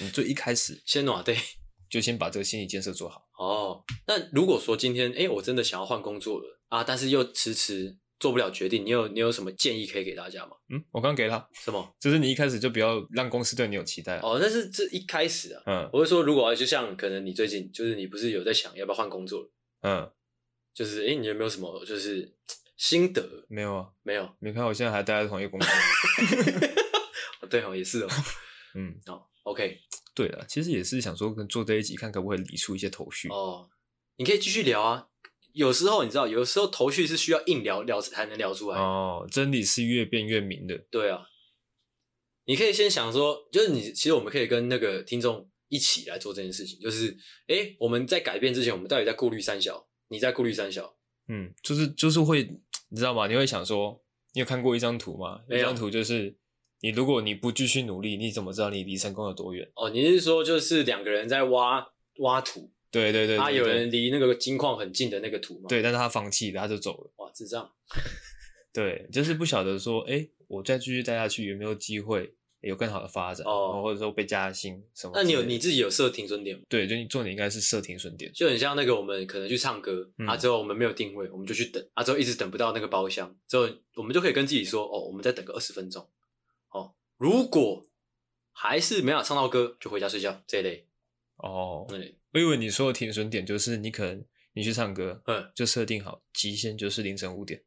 你最一开始先暖对， 就先把这个心理建设做好。 哦，那如果说今天，哎，我真的想要换工作了啊，但是又迟迟做不了决定，你有你有什么建议可以给大家吗？ 嗯，我刚给他什么？ 就是你一开始就不要让公司对你有期待、啊。 哦，但是这一开始啊， 嗯， 我是说，如果就像可能你最近就是你不是有在想要不要换工作了， 嗯， 就是哎，你有没有什么就是心得？ 没有啊， 没有。 你看我现在还待在同一个公司。 对哦，也是哦。 嗯， 哦 ，OK。 对了，其实也是想说跟做这一集，看可不可以理出一些头绪。 哦，你可以继续聊啊。有时候你知道，有时候头绪是需要硬聊聊才能聊出来。 哦，真理是越辩越明的。 对啊，你可以先想说，就是你其实我们可以跟那个听众一起来做这件事情，就是诶我们在改变之前，我们到底在顾虑三小？你在顾虑三小？ 嗯，就是就是会，你知道吗？你会想说，你有看过一张图吗？ 没有。 一张图就是你如果你不继续努力，你怎么知道你离成功有多远？ 哦，你是说就是两个人在挖挖土？ 对对对， 他、啊、有人离那个金矿很近的那个土吗？ 对，但是他放弃了，他就走了。 哇，智障！ 对，就是不晓得说，哎，我再继续待下去有没有机会有更好的发展， 哦， 或者说被加薪什么？ 那你有你自己有设停损点吗？ 对，就你重点应该是设停损点， 就很像那个我们可能去唱歌、嗯、啊，之后我们没有定位，我们就去等啊，之后一直等不到那个包厢，之后我们就可以跟自己说，哦，我们再等个二十分钟，哦，如果还是没有唱到歌，就回家睡觉这一类。 哦， 对。 我以为你说的停损点就是你可能你去唱歌， 嗯， 就设定好极限就是凌晨五点。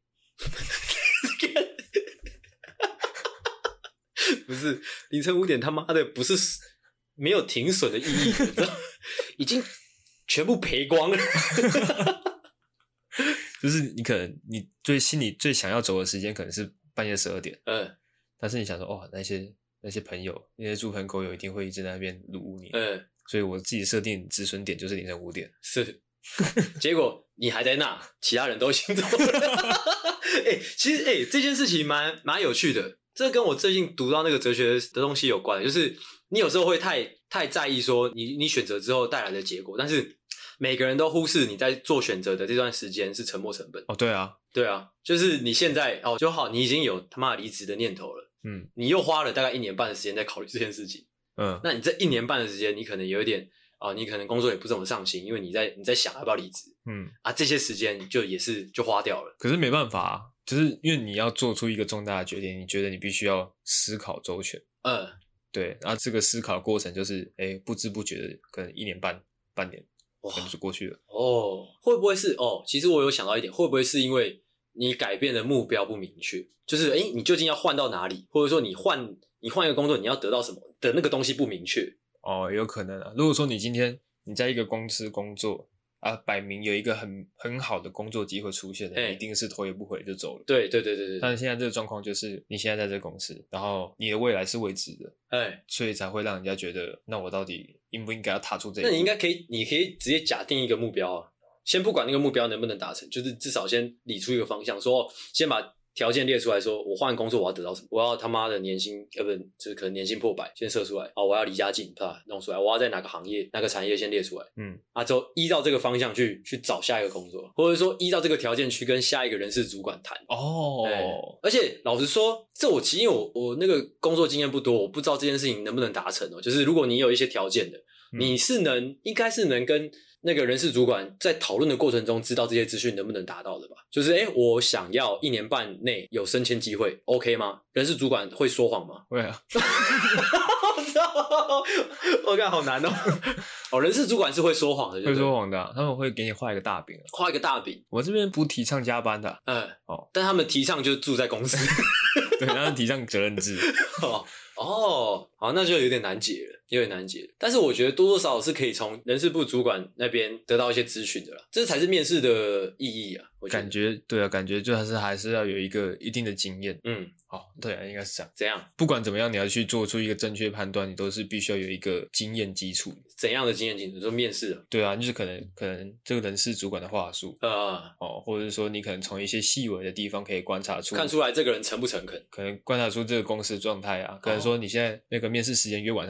不是凌晨五点，他妈的不是没有停损的意义，你知道已经全部赔光了。 就是你可能你最心里最想要走的时间可能是半夜十二点， 嗯， 但是你想说哦那些那些朋友那些猪朋狗友一定会一直在那边撸你， 嗯。 所以我自己设定止损点就是凌晨五点， 是，结果你还在那，其他人都行走了。哎、欸，其实哎、欸，这件事情蛮蛮有趣的，这跟我最近读到那个哲学的东西有关，就是你有时候会太太在意说你你选择之后带来的结果，但是每个人都忽视你在做选择的这段时间是沉没成本。 哦，对啊， 对啊，就是你现在哦就好，你已经有他妈离职的念头了，嗯，你又花了大概一年半的时间在考虑这件事情。嗯，那你这一年半的时间，你可能有一点哦，你可能工作也不怎么上心，因为你在你在想要不要离职，嗯啊，这些时间就也是就花掉了。 可是没办法啊，就是因为你要做出一个重大的决定，你觉得你必须要思考周全。嗯，对，然后这个思考的过程就是，哎，不知不觉的，可能一年半、半年，可能就过去了。 哦，会不会是哦？其实我有想到一点，会不会是因为你改变的目标不明确？就是哎，你究竟要换到哪里，或者说你换。你换一个工作，你要得到什么的那个东西不明确哦，有可能啊。如果说你今天你在一个公司工作啊，摆明有一个很很好的工作机会出现了，你一定是头也不回就走了。 对对对对对。 但是现在这个状况就是，你现在在这个公司，然后你的未来是未知的，哎，所以才会让人家觉得，那我到底应不应该要踏出这一步？ 那你应该可以，你可以直接假定一个目标啊，先不管那个目标能不能达成，就是至少先理出一个方向，说先把条件列出来说，我换工作我要得到什么？我要他妈的年薪，呃不，就是可能年薪破百，先设出来。哦，我要离家近，啪弄出来。我要在哪个行业、哪个产业先列出来。嗯，啊之后依照这个方向去去找下一个工作，或者说依照这个条件去跟下一个人事主管谈。 哦， 而且老实说，这我其实因为我我那个工作经验不多，我不知道这件事情能不能达成哦。就是如果你有一些条件的，嗯、你是能应该是能跟那个人事主管在讨论的过程中知道这些资讯能不能达到的吧？就是诶我想要一年半内有升迁机会 ，OK 吗？人事主管会说谎吗？ 会啊。 我看好难哦。哦，人事主管是会说谎的， 会说谎的、啊，他们会给你画一个大饼， 画一个大饼。 我这边不提倡加班的、啊， 嗯，哦，但他们提倡就是住在公司， 对，他们提倡责任制。 哦哦，好，那就有点难解了，有点难解了。但是我觉得多多少少是可以从人事部主管那边得到一些资讯的啦，这才是面试的意义啊。我觉得感觉对啊，感觉就还是还是要有一个一定的经验。嗯，好、哦，对啊，应该是这样。 怎样？ 不管怎么样，你要去做出一个正确判断，你都是必须要有一个经验基础。 怎样的经验基础？说面试啊？ 对啊，就是可能可能这个人事主管的话术，呃，哦，或者是说你可能从一些细微的地方可以观察出， 看出来这个人诚不诚恳， 可能观察出这个公司状态啊。可能说你现在那个面试时间约晚上九点半。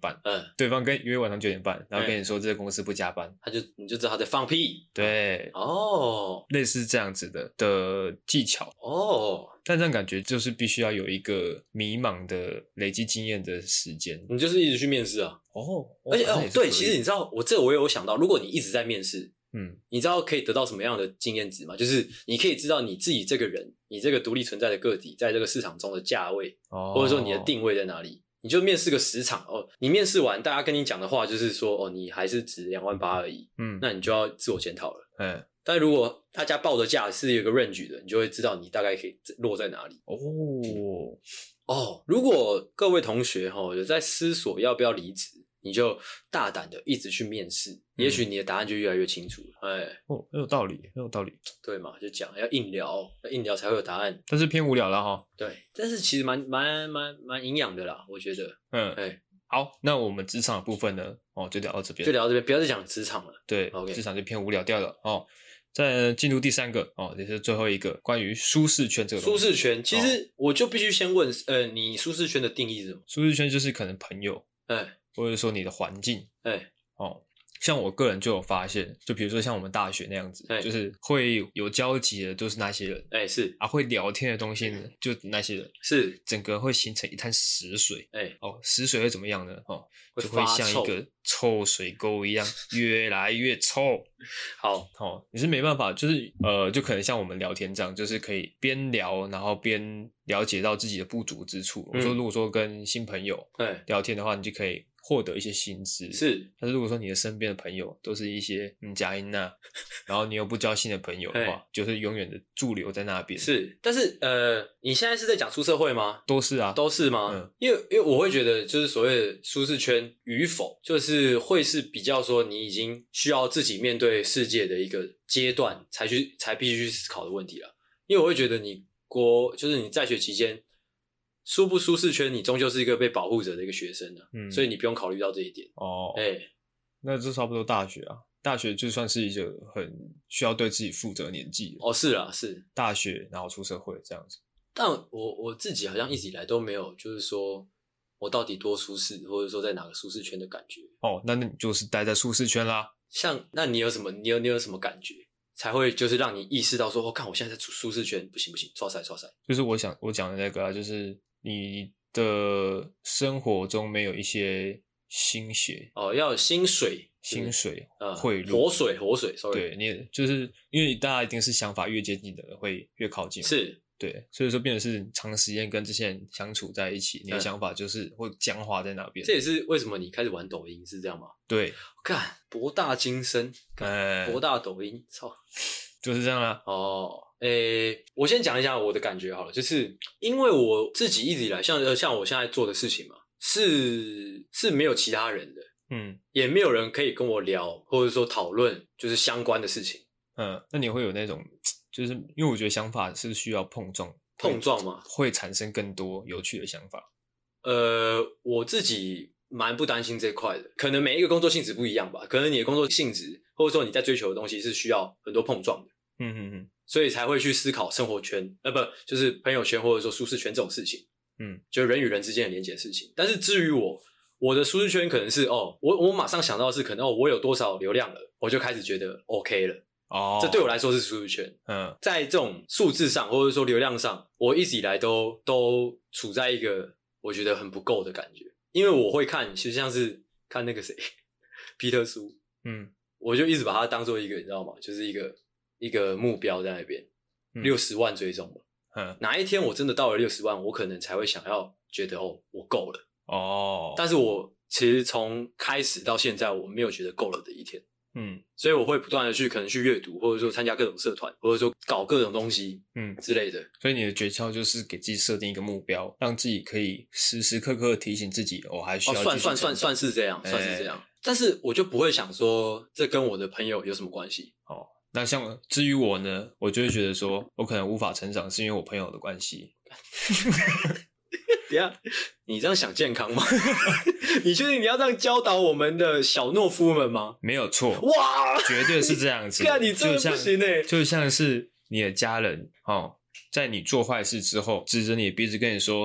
半， 嗯， 对方跟约晚上九点半，然后跟你说这个公司不加班， 他就你就知道他在放屁。 对， 哦， 类似这样子的的技巧。 哦， 但这样感觉就是必须要有一个迷茫的累积经验的时间。 你就是一直去面试啊。 哦， 而且哦，对，其实你你知道，我这个我有想到，如果你一直在面试， 嗯， 你知道可以得到什么样的经验值吗？就是你可以知道你自己这个人，你这个独立存在的个体，在这个市场中的价位， 哦， 或者说你的定位在哪里。你就面试个十场哦，你面试完，大家跟你讲的话就是说，哦，你还是值两万八而已， 嗯， 那你就要自我检讨了。 嗯， 但如果大家报的价是有一个 range 的，你就会知道你大概可以落在哪里。 哦哦，如果各位同学齁有在思索要不要离职，你就大胆的一直去面试，嗯、也许你的答案就越来越清楚了。哎， 哦，很有道理，很有道理。 对嘛，就讲要硬聊，要硬聊才会有答案。 但是偏无聊了哈。 对，但是其实蛮蛮蛮蛮营养的啦，我觉得。 嗯， 哎， 好，那我们职场的部分呢，哦，就聊到这边， 就聊到这边，不要再讲职场了。 对 ，OK， 职场就偏无聊掉了哦。再进入第三个哦，也是最后一个关于舒适圈这个东西。 舒适圈，其实我就必须先问，呃，你舒适圈的定义是什么？ 舒适圈就是可能朋友， 哎， 或者说你的环境， 哎， 哦。像我个人就有发现，就比如说像我们大学那样子，就是会有交集的都是那些人， 哎、欸、是啊，会聊天的东西呢，就那些人， 是整个会形成一滩死水， 哎、欸、 哦，死水会怎么样呢？哦， 会就会像一个臭水沟一样，越来越臭。 好， 哦，你是没办法，就是呃，就可能像我们聊天这样，就是可以边聊，然后边了解到自己的不足之处。嗯、我说，如果说跟新朋友聊天的话，你就可以获得一些新知， 是。 但是如果说你的身边的朋友都是一些嗯假音呐，然后你又不交新的朋友的话，就是永远的驻留在那边。 是，但是呃，你现在是在讲出社会吗？ 都是啊， 都是吗？嗯，因为因为我会觉得，就是所谓的舒适圈与否，就是会是比较说你已经需要自己面对世界的一个阶段，才去才必须去思考的问题啦。因为我会觉得你国就是你在学期间。舒不舒适圈，你终究是一个被保护者的一个学生啊，嗯，所以你不用考虑到这一点哦。 哎、欸， 那这差不多大学啊，大学就算是一个很需要对自己负责的年纪哦，是啊，是大学，然后出社会这样子。 但我我自己好像一直以来都没有，就是说我到底多舒适，或者说在哪个舒适圈的感觉。 哦，那那你就是待在舒适圈啦。 像那你有什么？你有你有什么感觉？才会就是让你意识到说，我、哦、看我现在在舒适圈，不行不行，唰塞唰塞。 就是我想我讲的那个啊，就是你的生活中没有一些心血哦，要有薪水， 薪水呃贿赂， 活水活水 ，sorry， 对，你就是因为大家一定是想法越接近的人会越靠近， 是， 对，所以说变成是长时间跟这些人相处在一起，你的想法就是会僵化在那边。 这也是为什么你开始玩抖音是这样吗？ 对， 干博大精深， 哎， 博大抖音，操， 就是这样啦。 哦。诶，我先讲一下我的感觉好了，就是因为我自己一直以来，像像我现在做的事情嘛，是是没有其他人的， 嗯， 也没有人可以跟我聊，或者说讨论，就是相关的事情。 嗯，那你会有那种，就是因为我觉得想法是需要碰撞， 碰撞嘛， 会产生更多有趣的想法。 呃，我自己蛮不担心这块的，可能每一个工作性质不一样吧，可能你的工作性质，或者说你在追求的东西是需要很多碰撞的。 嗯嗯嗯。 所以才会去思考生活圈，呃，不，就是朋友圈或者说舒适圈这种事情， 嗯， 就人与人之间的连结的事情。但是至于我，我的舒适圈可能是哦，我我马上想到的是可能哦，我有多少流量了，我就开始觉得 OK 了。 哦， 这对我来说是舒适圈。 嗯， 在这种数字上或者说流量上，我一直以来都都处在一个我觉得很不够的感觉，因为我会看，其实像是看那个谁，皮特苏， 嗯， 我就一直把它当做一个，你知道吗？就是一个。一个目标在那边，六十万追踪了。 嗯， 哪一天我真的到了六十万，我可能才会想要觉得哦，我够了。 哦， 但是我其实从开始到现在，我没有觉得够了的一天。 嗯， 所以我会不断的去可能去阅读，或者说参加各种社团，或者说搞各种东西，嗯之类的。 所以你的诀窍就是给自己设定一个目标，让自己可以时时刻刻提醒自己，我、哦、还需要、 哦。算算算算是这样，算是这样。欸、但是我就不会想说，这跟我的朋友有什么关系？ 哦。那像至于我呢，我就会觉得说，我可能无法成长，是因为我朋友的关系。 等一下，你这样想健康吗？你确定你要这样教导我们的小懦夫们吗？ 没有错， 哇， 绝对是这样子。 看你真的不行欸， 就像是你的家人哦，在你做坏事之后，指着你的鼻子跟你说：“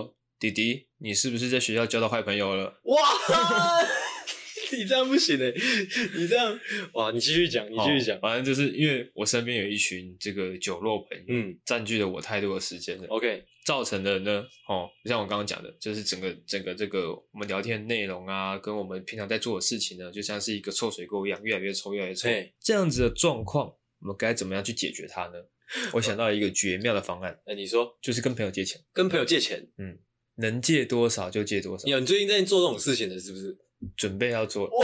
弟弟，你是不是在学校交到坏朋友了？ 哇，你这样不行哎、欸，你这样哇，你继续讲，你继续讲、 哦。反正就是因为我身边有一群这个酒肉朋友， 嗯， 占据了我太多的时间了。 OK， 造成的呢，哦，像我刚刚讲的，就是整个整个这个我们聊天的内容啊，跟我们平常在做的事情呢，就像是一个臭水沟一样，越来越臭，越来越臭。这样子的状况，我们该怎么样去解决它呢？我想到一个绝妙的方案。 那、欸、你说， 就是跟朋友借钱。 跟朋友借钱， 嗯，能借多少就借多少。 你最近在做这种事情的是不是？ 准备要做。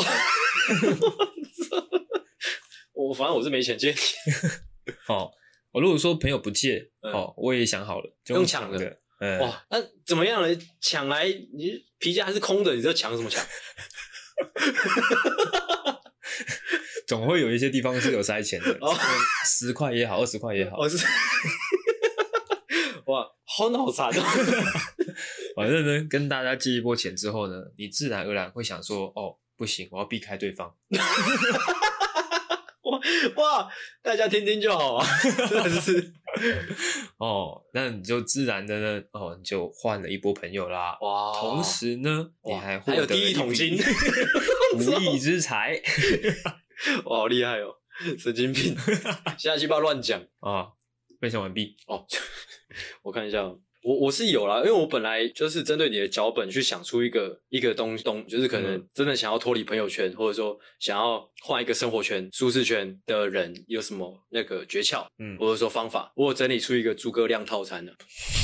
我反正我是没钱借你。 哦，我如果说朋友不借， 嗯、 哦，我也想好了，就用抢的。 嗯、 哇，那怎么样呢？抢来，你皮夹还是空的，你这抢什么抢？ 总会有一些地方是有塞钱的， 哦， 十块也好，二十块也好。 哦，是。哇，好脑残哦！ 反正呢，跟大家借一波钱之后呢，你自然而然会想说，哦，不行，我要避开对方。 哇哇，大家听听就好啊，真的是。 哦，那你就自然的呢，哦，你就换了一波朋友啦。 哇， 同时呢，你还获得还有第一桶金， 无义之财。 哇，好厉害哦，神经病！下期不要乱讲啊。分享完毕哦，我看一下，我我是有啦，因为我本来就是针对你的脚本去想出一个一个东东，就是可能真的想要脱离朋友圈，或者说想要换一个生活圈、舒适圈的人有什么那个诀窍，嗯，或者说方法，我有整理出一个诸葛亮套餐了。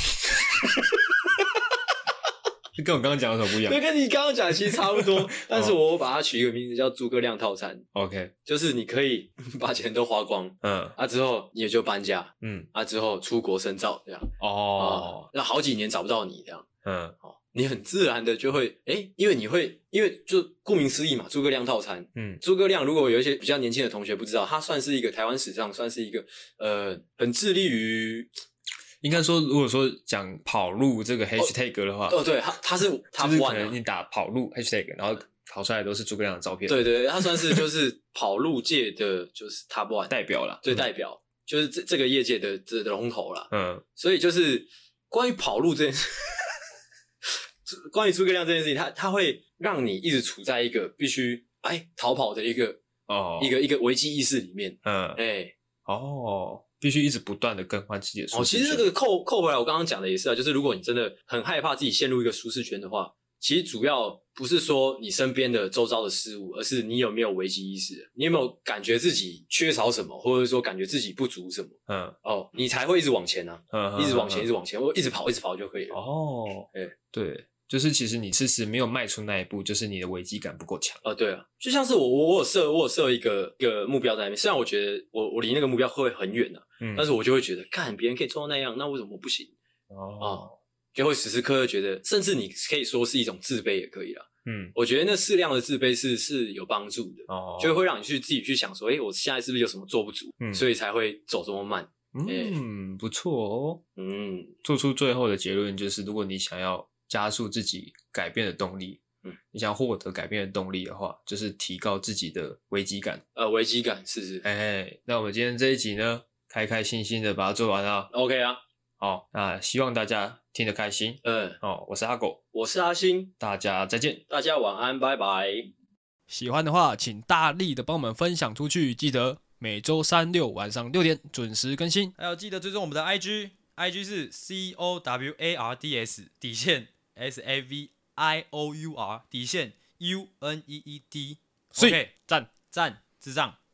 跟我刚刚讲的什么不一样？ 对，跟你刚刚讲的其实差不多，但是我把它取一个名字叫诸葛亮套餐。 OK， 就是你可以把钱都花光，嗯，啊之后你也就搬家，嗯，啊之后出国深造这样，哦，那、嗯、好几年找不到你这样，嗯，哦，你很自然的就会，诶，因为你会，因为就顾名思义嘛，诸葛亮套餐，嗯，诸葛亮如果有一些比较年轻的同学不知道，他算是一个台湾史上算是一个呃很致力于。 应该说，如果说讲跑路这个 hashtag 的话， 哦，哦对，他他是他就是可能你打跑路 hashtag， 然后跑出来都是诸葛亮的照片。 对对，他算是就是跑路界的就是 top one 代表啦， 对，代表、嗯、就是这这个业界的这龙头啦。嗯，所以就是关于跑路这件事，关于诸葛亮这件事情，他他会让你一直处在一个必须哎逃跑的一个哦一个一个危机意识里面。嗯，哎、欸、 哦。必须一直不断的更换自己的舒适圈。 哦，其实这个扣扣回来，我刚刚讲的也是啊，就是如果你真的很害怕自己陷入一个舒适圈的话，其实主要不是说你身边的周遭的事物，而是你有没有危机意识，你有没有感觉自己缺少什么，或者说感觉自己不足什么，嗯，哦，你才会一直往前啊，嗯，一直往前，一直往前，我一直跑，一直跑就可以了。 哦，对对。就是其实你迟迟没有迈出那一步，就是你的危机感不够强。 哦，对啊，就像是我我我有设我有设一个一个目标在那边，虽然我觉得我我离那个目标会很远啊，嗯，但是我就会觉得，干别人可以做到那样，那为什么我不行？哦，啊，就会时时刻刻觉得，甚至你可以说是一种自卑也可以啦。嗯，我觉得那适量的自卑是是有帮助的，哦，就会让你去自己去想说，诶，我现在是不是有什么做不足，嗯，所以才会走这么慢。 嗯，欸、不错哦。嗯，做出最后的结论就是，如果你想要加速自己改变的动力，嗯，你想获得改变的动力的话，就是提高自己的危机感。 呃，危机感是是。 哎、欸，那我们今天这一集呢，开开心心的把它做完了。 OK 啊， 好，那希望大家听得开心。嗯，哦，我是阿狗， 我是阿星， 大家再见， 大家晚安，拜拜。 喜欢的话，请大力的帮我们分享出去，记得每周三六晚上六点准时更新，还有记得追踪我们的 I G，I G 是 C O W A R D S 底线。S A V I O U R 底线 U N E E D， OK， 赞赞智障。